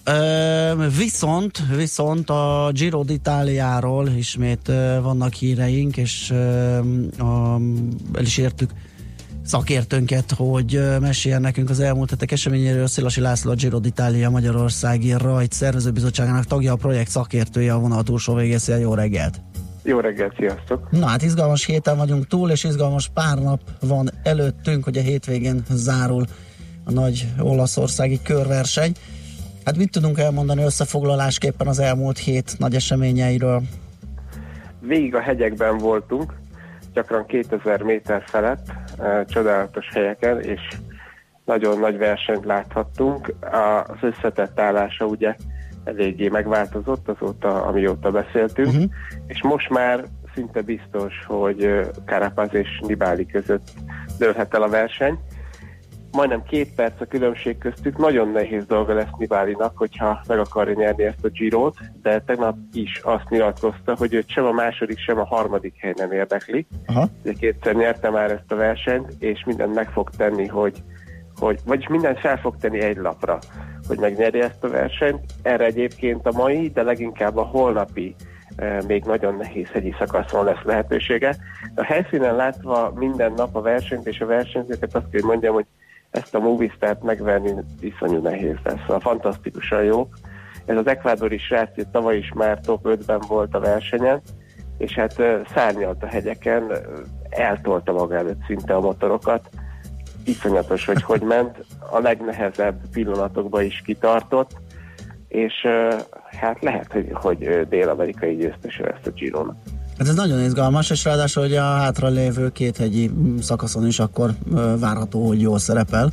viszont, viszont a Giro d'Italiáról ismét vannak híreink, és a, el is értük szakértőnket, hogy meséljen nekünk az elmúlt hetek eseményéről. Szilasi László, a Giro d'Italia Magyarországi Rajt Szervezőbizottságának tagja, a projekt szakértője, a vonal túlsó végészél. Jó reggelt! Jó reggelt, sziasztok! Na hát izgalmas héten vagyunk túl, és izgalmas pár nap van előttünk, hogy a hétvégén zárul a nagy olaszországi körverseny. Hát mit tudunk elmondani összefoglalásképpen az elmúlt hét nagy eseményeiről? Végig a hegyekben voltunk, gyakran kétezer méter felett, e, csodálatos helyeken, és nagyon nagy versenyt láthattunk. Az összetett állása ugye eléggé megváltozott azóta, amióta beszéltünk, uh-huh. és most már szinte biztos, hogy Carapaz és Nibali között dőlhet el a verseny. Majdnem két perc a különbség köztük, nagyon nehéz dolga lesz Nibalinak, hogyha meg akarja nyerni ezt a Girót, de tegnap is azt nyilatkozta, hogy őt sem a második, sem a harmadik hely nem érdekli. Aha. Ugye kétszer nyerte már ezt a versenyt, és mindent meg fog tenni, hogy, hogy vagyis mindent fel fog tenni egy lapra, hogy megnyerje ezt a versenyt. Erre egyébként a mai, de leginkább a holnapi e, még nagyon nehéz hegyi szakaszon lesz lehetősége. A helyszínen látva minden nap a versenyt és a versenyzőket azt kell mondjam, hogy ezt a Movistart megverni iszonyú nehéz lesz. Szóval fantasztikusan jó. Ez az ekvádori srác tavaly is már top ötben volt a versenyen, és hát szárnyalt a hegyeken, eltolta maga előtt szinte a motorokat. Iszonyatos, hogy hogy ment. A legnehezebb pillanatokban is kitartott, és hát lehet, hogy, hogy dél-amerikai győztese lesz a Girónak. Hát ez nagyon izgalmas, és ráadásul, hogy a hátra lévő két hegyi szakaszon is akkor várható, hogy jól szerepel.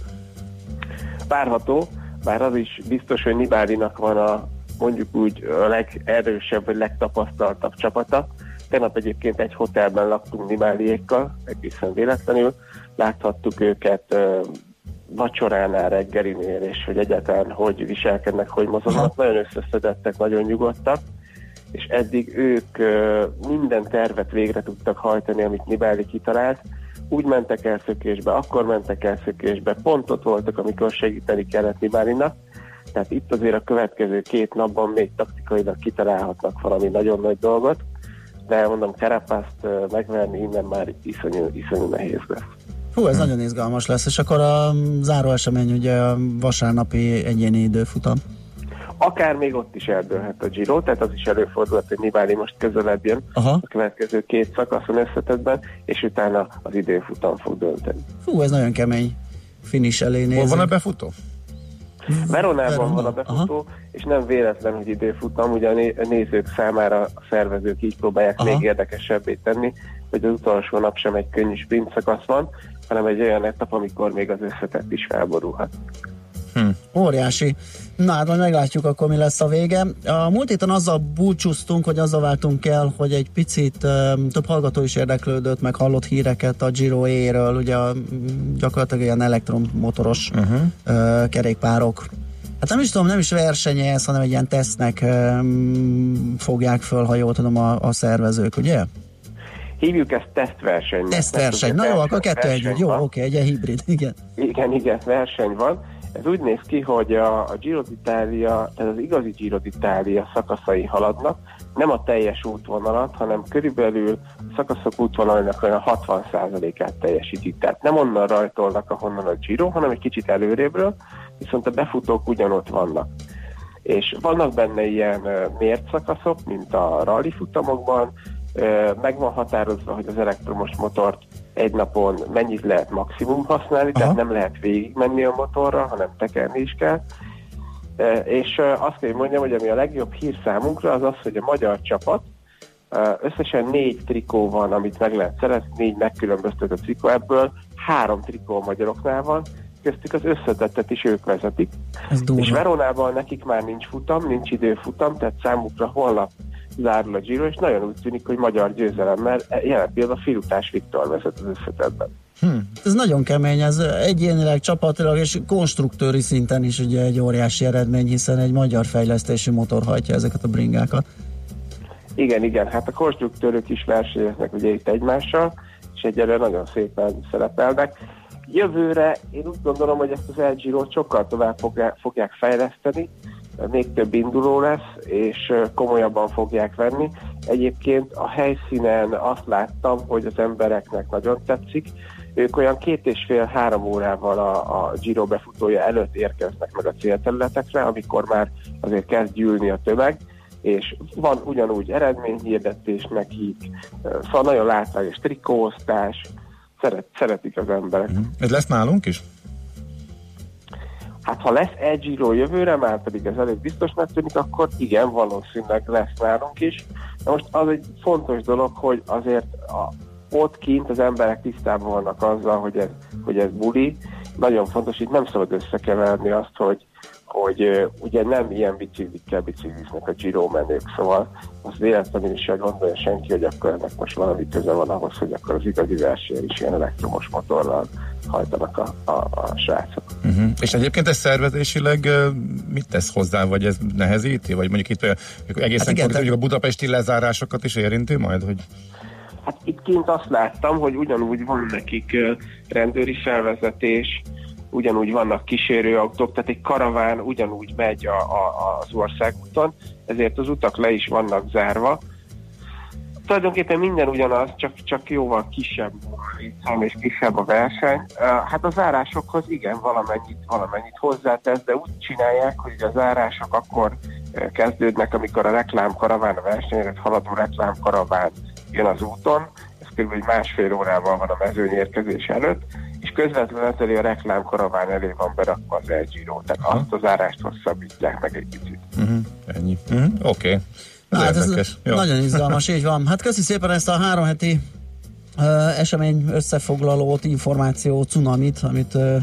Várható, bár az is biztos, hogy Nibalinak van a mondjuk úgy a legerősebb, vagy legtapasztaltabb csapata. Tegnap egyébként egy hotelben laktunk Nibaliékkal, egészen véletlenül. Láthattuk őket uh, vacsoránál, reggelinél, és hogy egyáltalán hogy viselkednek, hogy mozognak. Nagyon összeszedettek, nagyon nyugodtak, és eddig ők uh, minden tervet végre tudtak hajtani, amit Nibali kitalált. Úgy mentek el szökésbe, akkor mentek el szökésbe, pont ott voltak, amikor segíteni kellett Nibalinak. Tehát itt azért a következő két napban még taktikailag kitalálhatnak valami nagyon nagy dolgot, de mondom, Carapazt uh, megverni innen már iszonyú, iszonyú nehéz lesz. Hú, ez hm. nagyon izgalmas lesz, és akkor a záró esemény ugye a vasárnapi egyéni időfutam. Akár még ott is eldőlhet a Giro, tehát az is előfordulhat, hogy Nibali most közelebb jön Aha. a következő két szakaszon összetettben, és utána az időfutam fog dönteni. Hú, ez nagyon kemény finish elé nézünk. Hol van a befutó? Veronában Verona. van a befutó, Aha. és nem véletlen, hogy időfutam, ugye a nézők számára a szervezők így próbálják Aha. még érdekesebbé tenni, hogy az utolsó nap sem egy könnyű sprint szakasz van, hanem egy olyan etap, amikor még az összetett is felborulhat. Hm. Óriási. Na hát majd meglátjuk akkor, mi lesz a vége. A múlt héten azzal búcsúztunk, hogy azzal váltunk el, hogy egy picit uh, több hallgató is érdeklődött, meg hallott híreket a Giro E-ről, ugye a, gyakorlatilag ilyen elektromotoros uh-huh. uh, kerékpárok. Hát nem is tudom, nem is versenyez, hanem egy ilyen tesznek um, fogják föl, ha jól tudom, a, a szervezők, ugye? Hívjuk ezt tesztversenynek. Tesztverseny, na jó, akkor kettő együtt, jó, oké, okay, egy ilyen hibrid, igen. Igen, igen, verseny van. Ez úgy néz ki, hogy a, a Giro d'Italia, tehát az igazi Giro d'Italia szakaszai haladnak, nem a teljes útvonalat, hanem körülbelül a szakaszok útvonalának olyan hatvan százalékát teljesítik. Tehát nem onnan rajtolnak, ahonnan a Giro, hanem egy kicsit előrébről, viszont a befutók ugyanott vannak. És vannak benne ilyen mért szakaszok, mint a rally futamokban, meg van határozva, hogy az elektromos motort egy napon mennyit lehet maximum használni, Aha. tehát nem lehet végig menni a motorra, hanem tekerni is kell. És azt kell, hogy mondjam, hogy ami a legjobb hír számunkra, az az, hogy a magyar csapat összesen négy trikó van, amit meg lehet szerezni, négy megkülönböztetett trikó, ebből három trikó a magyaroknál van, köztük az összetettet is ők vezetik. És Veronában nekik már nincs futam, nincs időfutam, tehát számukra holnap zárul a Giro, és nagyon úgy tűnik, hogy magyar győzelemmel jelen pillanatban Filutás Viktor vezet az összetetben. Hm, ez nagyon kemény, ez egyénileg, csapatilag és konstruktőri szinten is ugye egy óriási eredmény, hiszen egy magyar fejlesztési motor hajtja ezeket a bringákat. Igen, igen, hát a konstruktőrök is versenyeznek ugye itt egymással, és egyelőre nagyon szépen szerepelnek. Jövőre én úgy gondolom, hogy ezt az El Girót sokkal tovább fogják, fogják fejleszteni, még több induló lesz, és komolyabban fogják venni. Egyébként a helyszínen azt láttam, hogy az embereknek nagyon tetszik. Ők olyan két és fél-három órával a, a Giro befutója előtt érkeznek meg a célterületekre, amikor már azért kezd gyűlni a tömeg, és van ugyanúgy eredményhirdetés nekik, szóval nagyon látványos trikóosztás, szeret, szeretik az emberek. Ez lesz nálunk is? Hát ha lesz egy Giro jövőre, már pedig ez elég biztosnak tűnik, akkor igen, valószínűleg lesz nálunk is. De most az egy fontos dolog, hogy azért a, ott kint az emberek tisztában vannak azzal, hogy ez, hogy ez buli. Nagyon fontos, itt nem szabad összekeverni azt, hogy, hogy uh, ugye nem ilyen biciklikkel bicikliznek a Giro menők, szóval az véletlenül is gondolja senki, hogy akkor ennek most valami köze van ahhoz, hogy akkor az igazi versenyen is ilyen elektromos motorral hajtanak a, a, a srácok. Uh-huh. És egyébként ez szervezésileg uh, mit tesz hozzá, vagy ez nehezíti? Vagy mondjuk itt uh, egészen hát igen, konkrét, te... a budapesti lezárásokat is érinti majd, hogy... Hát itt kint azt láttam, hogy ugyanúgy van nekik uh, rendőri felvezetés, ugyanúgy vannak kísérőautók, tehát egy karaván ugyanúgy megy a, a, az országúton, ezért az utak le is vannak zárva. Tulajdonképpen minden ugyanaz, csak, csak jóval kisebb szám és kisebb a verseny. Hát a zárásokhoz igen, valamennyit, valamennyit hozzátesz, de úgy csinálják, hogy a zárások akkor kezdődnek, amikor a reklámkaraván, a versenyre haladó reklámkaraván jön az úton, ez kb. Másfél órával van a mezőny érkezés előtt, és közvetlenül a reklámkaraván elé van berakva az El Giro, tehát azt az zárást hosszabbítják meg egy kicsit. Uh-huh. Ennyi. Uh-huh. Oké. Okay. Hát ez nagyon izgalmas, így van. Hát köszi szépen ezt a három heti uh, esemény összefoglalót, információ cunamit, amit uh,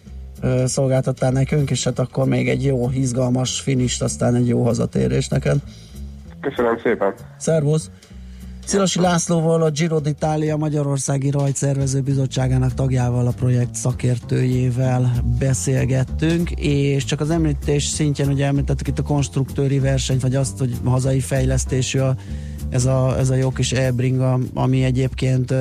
uh, szolgáltattál nekünk, és hát akkor még egy jó, izgalmas finist, aztán egy jó hazatérés neked. Köszönöm szépen. Szervusz. Szilasi Lászlóval, a Giro d'Italia Magyarországi Rajtszervező Bizottságának tagjával, a projekt szakértőjével beszélgettünk, és csak az említés szintjén ugye említettük itt a konstruktőri versenyt, vagy azt, hogy hazai fejlesztésű a, ez, a, ez a jó kis e-bringa, ami egyébként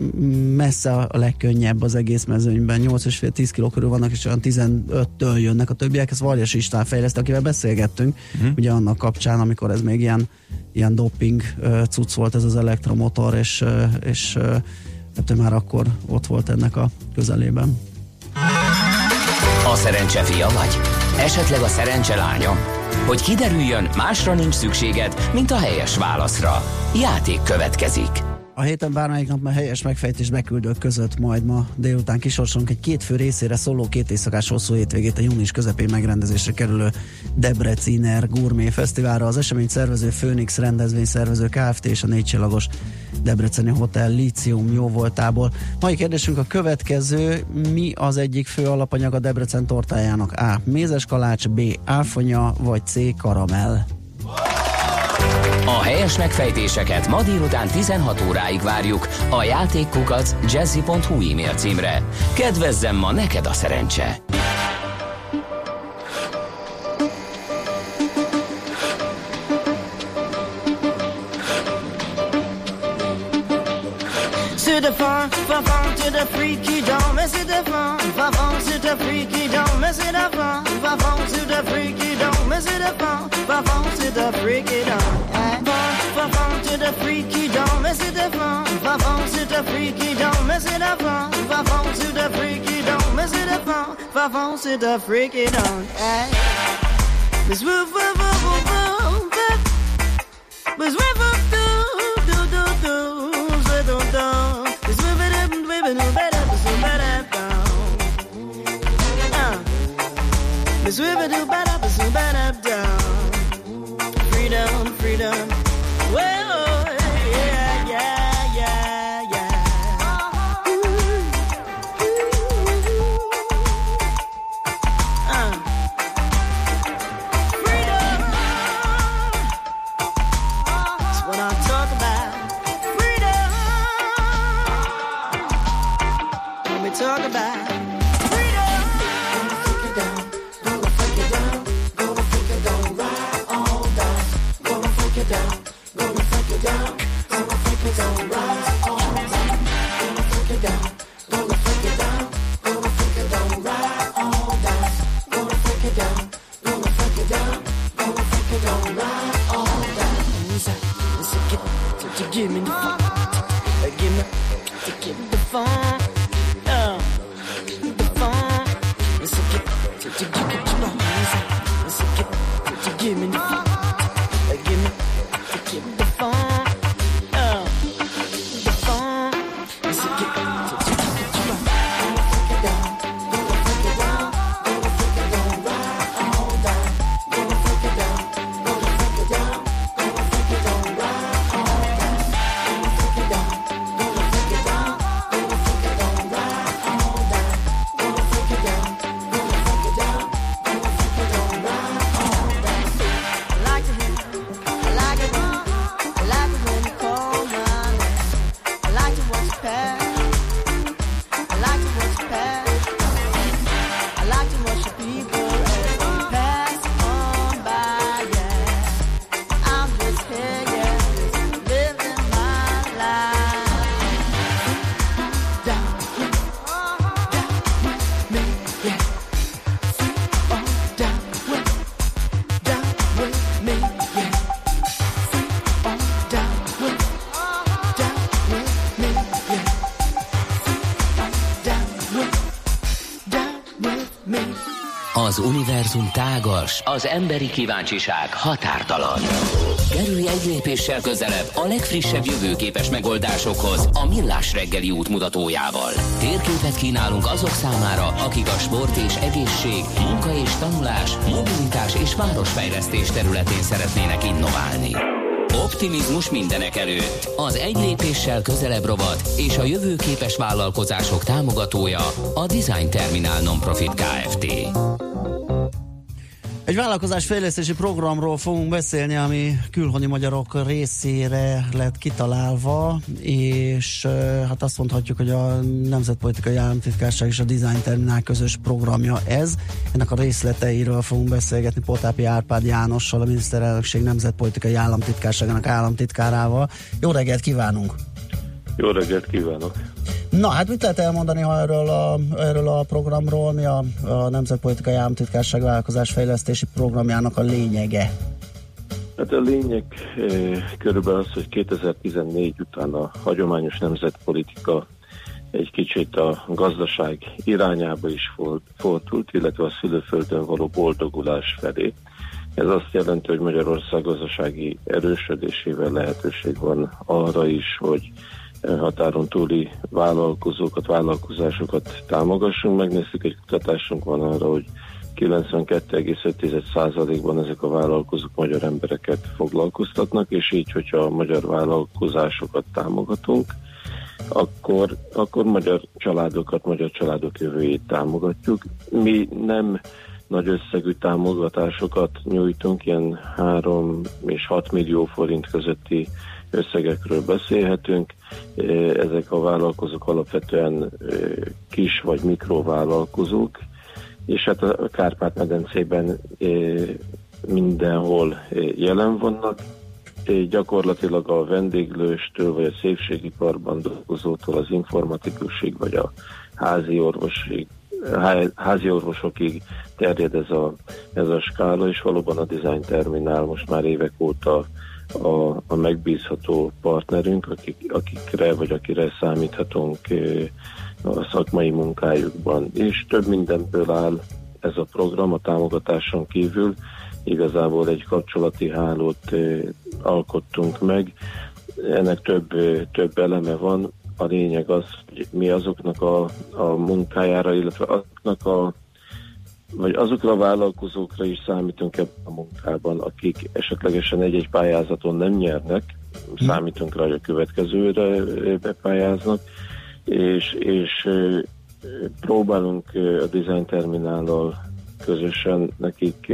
messze a legkönnyebb az egész mezőnyben, nyolc és fél tíz kiló körül vannak, és olyan tizenöttől jönnek a többiek, ez Varjas István fejlesztő, akivel beszélgettünk, uh-huh. ugye annak kapcsán, amikor ez még ilyen ilyen doping uh, cucc volt ez az elektromotor, és, uh, és uh, hát már akkor ott volt ennek a közelében. A szerencse fia vagy? Esetleg a szerencse lánya? Hogy kiderüljön, másra nincs szükséged, mint a helyes válaszra. Játék következik. A héten bármelyik nap már helyes megfejtés beküldők között majd ma délután kisorsolunk egy két fő részére szóló két éjszakás hosszú hétvégét a június közepén megrendezésre kerülő Debreciner Gourmet Fesztiválra. Az esemény szervező Phoenix rendezvényszervező Kft. És a négy csillagos Debreceni Hotel Lícium jóvoltából. Mai kérdésünk a következő: mi az egyik fő alapanyag a Debrecen tortájának? A. Mézes kalács, B. áfonya, vagy C. karamell? A helyes megfejtéseket ma délután tizenhat óráig várjuk a játékkukac jazzy pont hu e-mail címre. Kedvezzem ma neked a szerencse! C'est de fun, fun, fun, c'est de freaky down, mais c'est de fun, fun, fun, c'est de freaky down, mais c'est de fun, fun, fun, c'est de freaky down, mais c'est de fun, fun, fun, c'est de freaky down, fun, fun, c'est de freaky down, mais c'est de fun, fun, fun, c'est de freaky down, mais c'est de fun, fun, fun, c'est de freaky down, mais c'est de fun, fun, fun, c'est de freaky down, Miss Woof, woof, woof, woof, woof, Miss Woof, woof, do, do, do, do, do, do, do. Miss River do bad up, so bad up down. Freedom, freedom. Well, yeah, yeah, yeah, yeah. Ooh, ooh, uh. Freedom. That's what I talk about. Freedom. Az univerzum tágas, az emberi kíváncsiság határtalan. Kerülj egy lépéssel közelebb a legfrissebb jövőképes megoldásokhoz a Millás reggeli útmutatójával. Térképet kínálunk azok számára, akik a sport és egészség, munka és tanulás, mobilitás és városfejlesztés területén szeretnének innoválni. Optimizmus mindenek előtt. Az egy lépéssel közelebb rovat és a jövőképes vállalkozások támogatója a Design Terminál Non-Profit Kft. Egy vállalkozásfejlesztési programról fogunk beszélni, ami külhoni magyarok részére lett kitalálva, és hát azt mondhatjuk, hogy a Nemzetpolitikai Államtitkárság és a Design Terminál közös programja ez. Ennek a részleteiről fogunk beszélgetni Potápi Árpád Jánossal, a Miniszterelnökség Nemzetpolitikai Államtitkárságának államtitkárával. Jó reggelt kívánunk! Jó reggelt kívánok! Na, hát mit lehet elmondani, ha erről a, erről a programról, mi a, a Nemzetpolitikai Államtitkárság vállalkozásfejlesztési programjának a lényege? Hát a lényeg eh, körülbelül az, hogy kétezer-tizennégy után a hagyományos nemzetpolitika egy kicsit a gazdaság irányába is fordult, illetve a szülőföldön való boldogulás felé. Ez azt jelenti, hogy Magyarország gazdasági erősödésével lehetőség van arra is, hogy határon túli vállalkozókat, vállalkozásokat támogassunk. Megnéztük, egy kutatásunk van arra, hogy kilencvenkettő egész öt százalékban ezek a vállalkozók magyar embereket foglalkoztatnak, és így, hogyha a magyar vállalkozásokat támogatunk, akkor, akkor magyar családokat, magyar családok jövőjét támogatjuk. Mi nem nagy összegű támogatásokat nyújtunk, ilyen három és hat millió forint közötti összegekről beszélhetünk. Ezek a vállalkozók alapvetően kis vagy mikrovállalkozók, és hát a Kárpát-medencében mindenhol jelen vannak. Gyakorlatilag a vendéglőstől, vagy a szépségiparban dolgozótól az informatikusig, vagy a házi orvosig, házi orvosokig terjed ez a, ez a skála, és valóban a Design Terminál most már évek óta a, a megbízható partnerünk, akik, akikre vagy akire számíthatunk a szakmai munkájukban. És több mindenből áll ez a program a támogatáson kívül. Igazából egy kapcsolati hálót alkottunk meg. Ennek több, több eleme van. A lényeg az, hogy mi azoknak a, a munkájára, illetve azoknak a vagy azokra a vállalkozókra is számítunk ebben a munkában, akik esetlegesen egy-egy pályázaton nem nyernek, számítunk rá, hogy a következőre bepályáznak, és, és próbálunk a Design Terminállal közösen nekik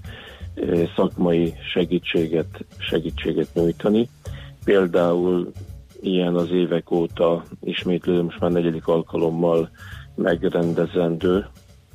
szakmai segítséget, segítséget nyújtani. Például ilyen az évek óta ismétlődő, most már negyedik alkalommal megrendezendő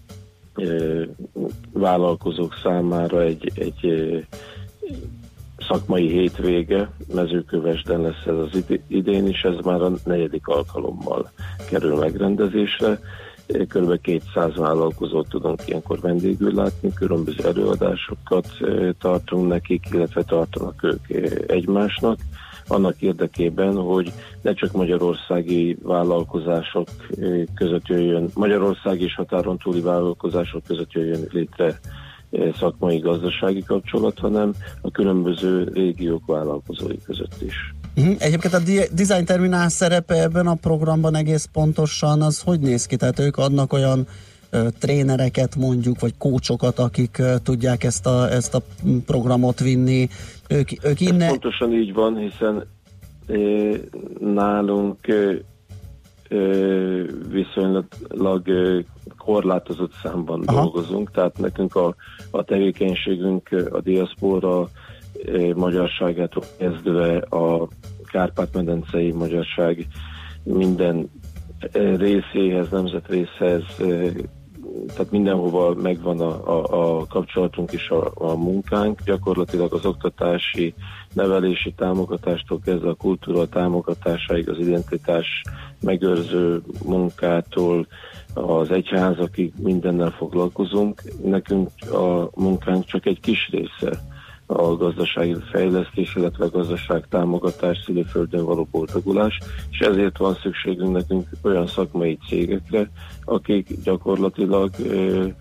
vállalkozók számára egy, egy szakmai hétvége, Mezőkövesden lesz ez az idén is, ez már a negyedik alkalommal kerül megrendezésre. Körülbelül kétszáz vállalkozót tudunk ilyenkor vendégül látni, különböző előadásokat tartunk nekik, illetve tartanak ők egymásnak, annak érdekében, hogy ne csak magyarországi vállalkozások között jöjjön, Magyarország és határon túli vállalkozások között jöjjön létre szakmai gazdasági kapcsolat, hanem a különböző régiók vállalkozói között is. Egyébként a Design Terminál szerepe ebben a programban egész pontosan az hogy néz ki? Tehát ők adnak olyan ö, trénereket mondjuk, vagy kócsokat, akik ö, tudják ezt a, ezt a programot vinni. Ők, ők innen... Pontosan így van, hiszen ö, nálunk ö, ö, viszonylag ö, korlátozott számban Aha. dolgozunk, tehát nekünk a, a tevékenységünk a diaszpora ö, magyarságától kezdve a Kárpát-medencei magyarság minden részéhez, nemzetrészhez, tehát mindenhova megvan a, a, a kapcsolatunk és a, a munkánk. Gyakorlatilag az oktatási, nevelési támogatástól kezdve a kultúra támogatásáig, az identitás megőrző munkától az egyházakig mindennel foglalkozunk. Nekünk a munkánk csak egy kis része a gazdasági fejlesztés, illetve a gazdaság támogatás, szülőföldön való boldogulás, és ezért van szükségünk nekünk olyan szakmai cégekre, akik gyakorlatilag ö,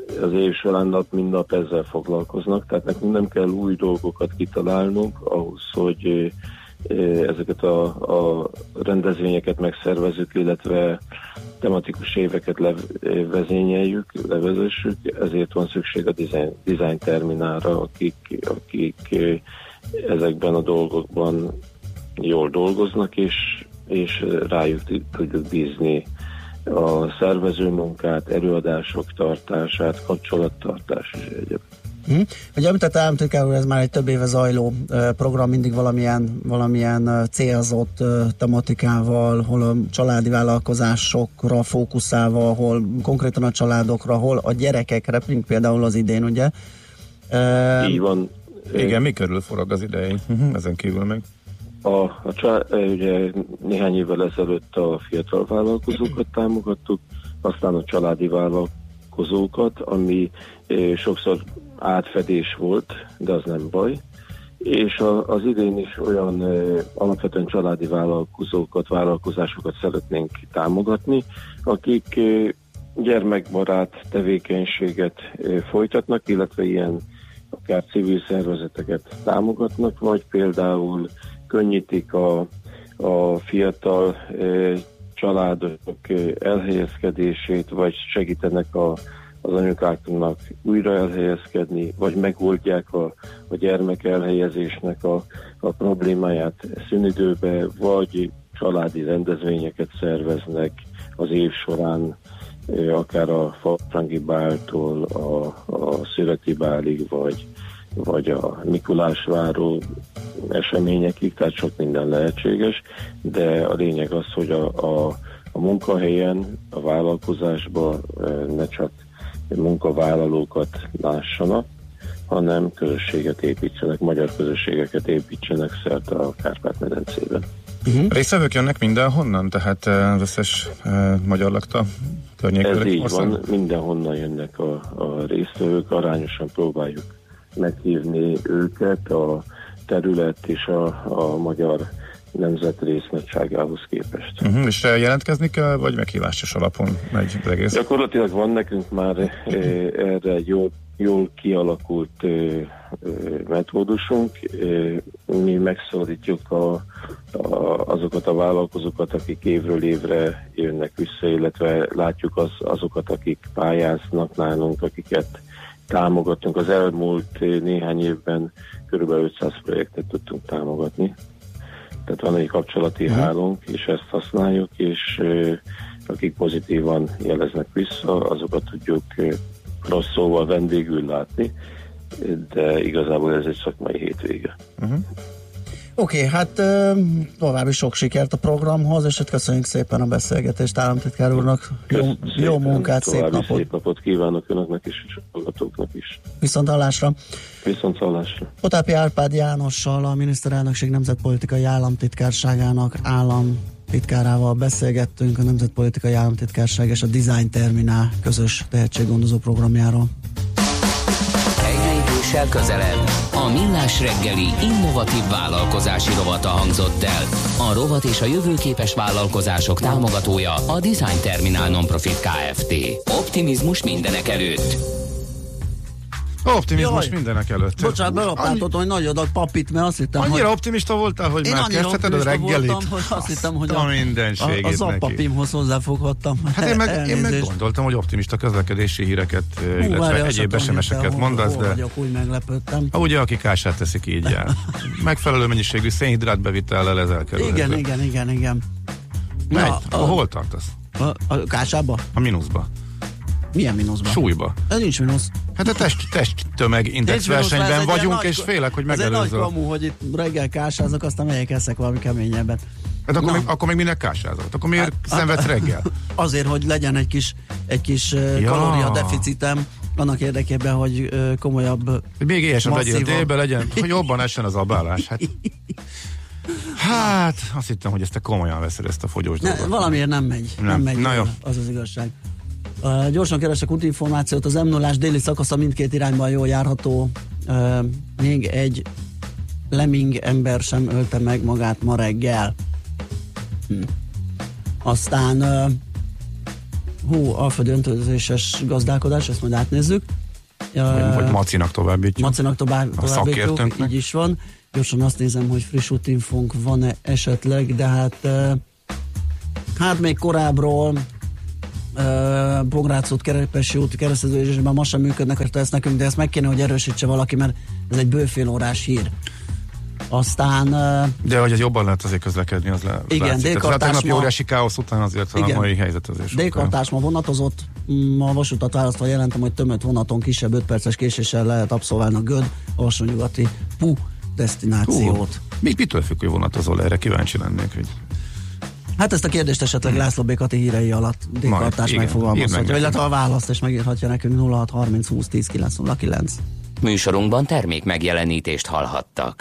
az év során nap, mint nap ezzel foglalkoznak, tehát nekünk nem kell új dolgokat kitalálnunk ahhoz, hogy ezeket a, a rendezvényeket megszervezzük, illetve tematikus éveket levezényeljük, levezessük, ezért van szükség a design, design terminálra, akik, akik ezekben a dolgokban jól dolgoznak, és, és rájuk tudjuk bízni a szervező munkát, előadások tartását, kapcsolattartás és egyéb. Hm. Ugye említett államtitkár úr, ez már egy több éve zajló uh, program, mindig valamilyen, valamilyen uh, célzott uh, tematikával, hol a családi vállalkozásokra fókuszálva, hol konkrétan a családokra, hol a gyerekekre, mint például az idén, ugye? Uh, Így van. Igen, mi körül forog az idei? Uh-huh, ezen kívül meg? A, a család, ugye néhány évvel ezelőtt a fiatal vállalkozókat támogattuk, aztán a családi vállalkozókat, ami eh, sokszor átfedés volt, de az nem baj. És a, az idén is olyan eh, alapvetően családi vállalkozókat, vállalkozásokat szeretnénk támogatni, akik eh, gyermekbarát tevékenységet eh, folytatnak, illetve ilyen akár civil szervezeteket támogatnak, vagy például könnyítik a, a fiatal eh, családok eh, elhelyezkedését, vagy segítenek a, az anyukáknak újra elhelyezkedni, vagy megoldják a, a gyermek elhelyezésnek a, a problémáját szünidőbe, vagy családi rendezvényeket szerveznek az év során, eh, akár a Falfrangi báltól a, a Szüreti bálig, vagy vagy a Mikulásváró eseményekig, tehát sok minden lehetséges, de a lényeg az, hogy a, a, a munkahelyen, a vállalkozásban ne csak munkavállalókat lássanak, hanem közösséget építsenek, magyar közösségeket építsenek szerte a Kárpát-medencében. Uh-huh. Résztvevők jönnek mindenhonnan, tehát az összes uh, magyar lakta környékről? Ez így ország? Van, mindenhonnan jönnek a, a résztvevők, arányosan próbáljuk meghívni őket a terület és a, a magyar nemzet résznagyságához képest. Uh-huh. És jelentkezni kell, vagy meghívásos alapon megy az egész? Gyakorlatilag van nekünk már e, erre egy jól, jól kialakult e, e, metódusunk. E, mi megszólítjuk a, a, azokat a vállalkozókat, akik évről évre jönnek vissza, illetve látjuk az, azokat, akik pályáznak nálunk, akiket támogatunk. Az elmúlt néhány évben kb. ötszáz projektet tudtunk támogatni. Tehát van egy kapcsolati uh-huh. hálónk, és ezt használjuk, és uh, akik pozitívan jeleznek vissza, azokat tudjuk uh, rossz szóval vendégül látni, de igazából ez egy szakmai hétvége. Uh-huh. Oké, okay, hát további sok sikert a programhoz, és hát köszönjük szépen a beszélgetést államtitkár úrnak. Jó, jó munkát, szép napot. Szép napot kívánok önöknek is, és a hallgatóknak is. Viszont hallásra. Viszont hallásra. Potápi Árpád Jánossal, a miniszterelnökség nemzetpolitikai államtitkárságának államtitkárával beszélgettünk a nemzetpolitikai államtitkárság és a Design Terminál közös tehetséggondozó programjáról. Közelebb. A Millás reggeli innovatív vállalkozási rovata hangzott el. A rovat és a jövőképes vállalkozások támogatója a Design Terminál Non-Profit Kft. Optimizmus mindenek előtt. Optimizmus mindenek előtt. Bocsánat, belapátottam, hogy nagy adag papit, mert azt hittem, annyira hogy... optimista voltál, hogy én már kezdheted a reggelit? Voltam, hogy azt hittem, hogy a, a, a zappapimhoz hozzáfoghattam. Hát én meg, én meg gondoltam, hogy optimista közlekedési híreket, Hú, illetve várj, egyéb es em es-eket mondasz, hol de... vagyok, úgy meglepődtem. Ha ugye, akik ását teszik, így jár. Megfelelő mennyiségű szénhidrát bevitellel ez elkerülhető. Igen, igen, igen, igen. Megy. A, hol tartasz? A, a kásába? A mínuszba. Milyen mínuszban? Súlyba. Ez nincs mínusz. Hát a test, test tömeg index versenyben vagyunk, és nagy, félek, hogy megelőzöl. Ez egy nagy kamu, hogy itt reggel kásázok, aztán megyek eszek valami keményebbet. Hát akkor, még, akkor még minek kásázol? Akkor miért hát, szenvedsz reggel? Azért, hogy legyen egy kis, egy kis ja. kalóriadeficitem, annak érdekében, hogy komolyabb, még éhesen legyél délbe legyen, hogy jobban essen az abálás. Hát, hát azt hittem, hogy ezt te komolyan veszed, ezt a fogyós ne, dolgot. Valamiért nem megy. Nem, nem megy. Na jó. Az az igazság. Uh, gyorsan keresek útinformációt, az em nullás déli szakasza mindkét irányban jól járható. Uh, még egy lemming ember sem ölte meg magát ma reggel. Hm. Aztán uh, hú, alföldi öntözéses gazdálkodás, ezt majd átnézzük. Vagy Macinak továbbítjuk. Macinak tovább, a továbbítjuk, szakértőnknek. így is van. Gyorsan azt nézem, hogy friss útinfónk van-e esetleg, de hát hát még korábbról Bográc út, Kerepesi út, kereszteződésben ma sem működnek, hogy ezt nekünk, de ezt meg kéne, hogy erősítse valaki, mert ez egy bőfél órás hír. Aztán... De hogy jobban lehet azért közlekedni, az le, igen, D-kartás a tegnapi óriási káosz után azért igen, a mai helyzet azért D-kartás ma vonatozott, a vasutat választva jelentem, hogy tömött vonaton kisebb öt perces késéssel lehet abszolválni a Göd, alsó-nyugati Pu desztinációt. Még mitől függ, hogy vonatozol, erre kíváncsi lennék, hogy... Hát ezt a kérdést esetleg László B. Kati hírei alatt D-kartás megfogalmazhatja, vagy lehet a választ, és megírhatja nekünk nulla hat harminc húsz tíz kilenc nulla kilenc. Műsorunkban termék megjelenítést hallhattak.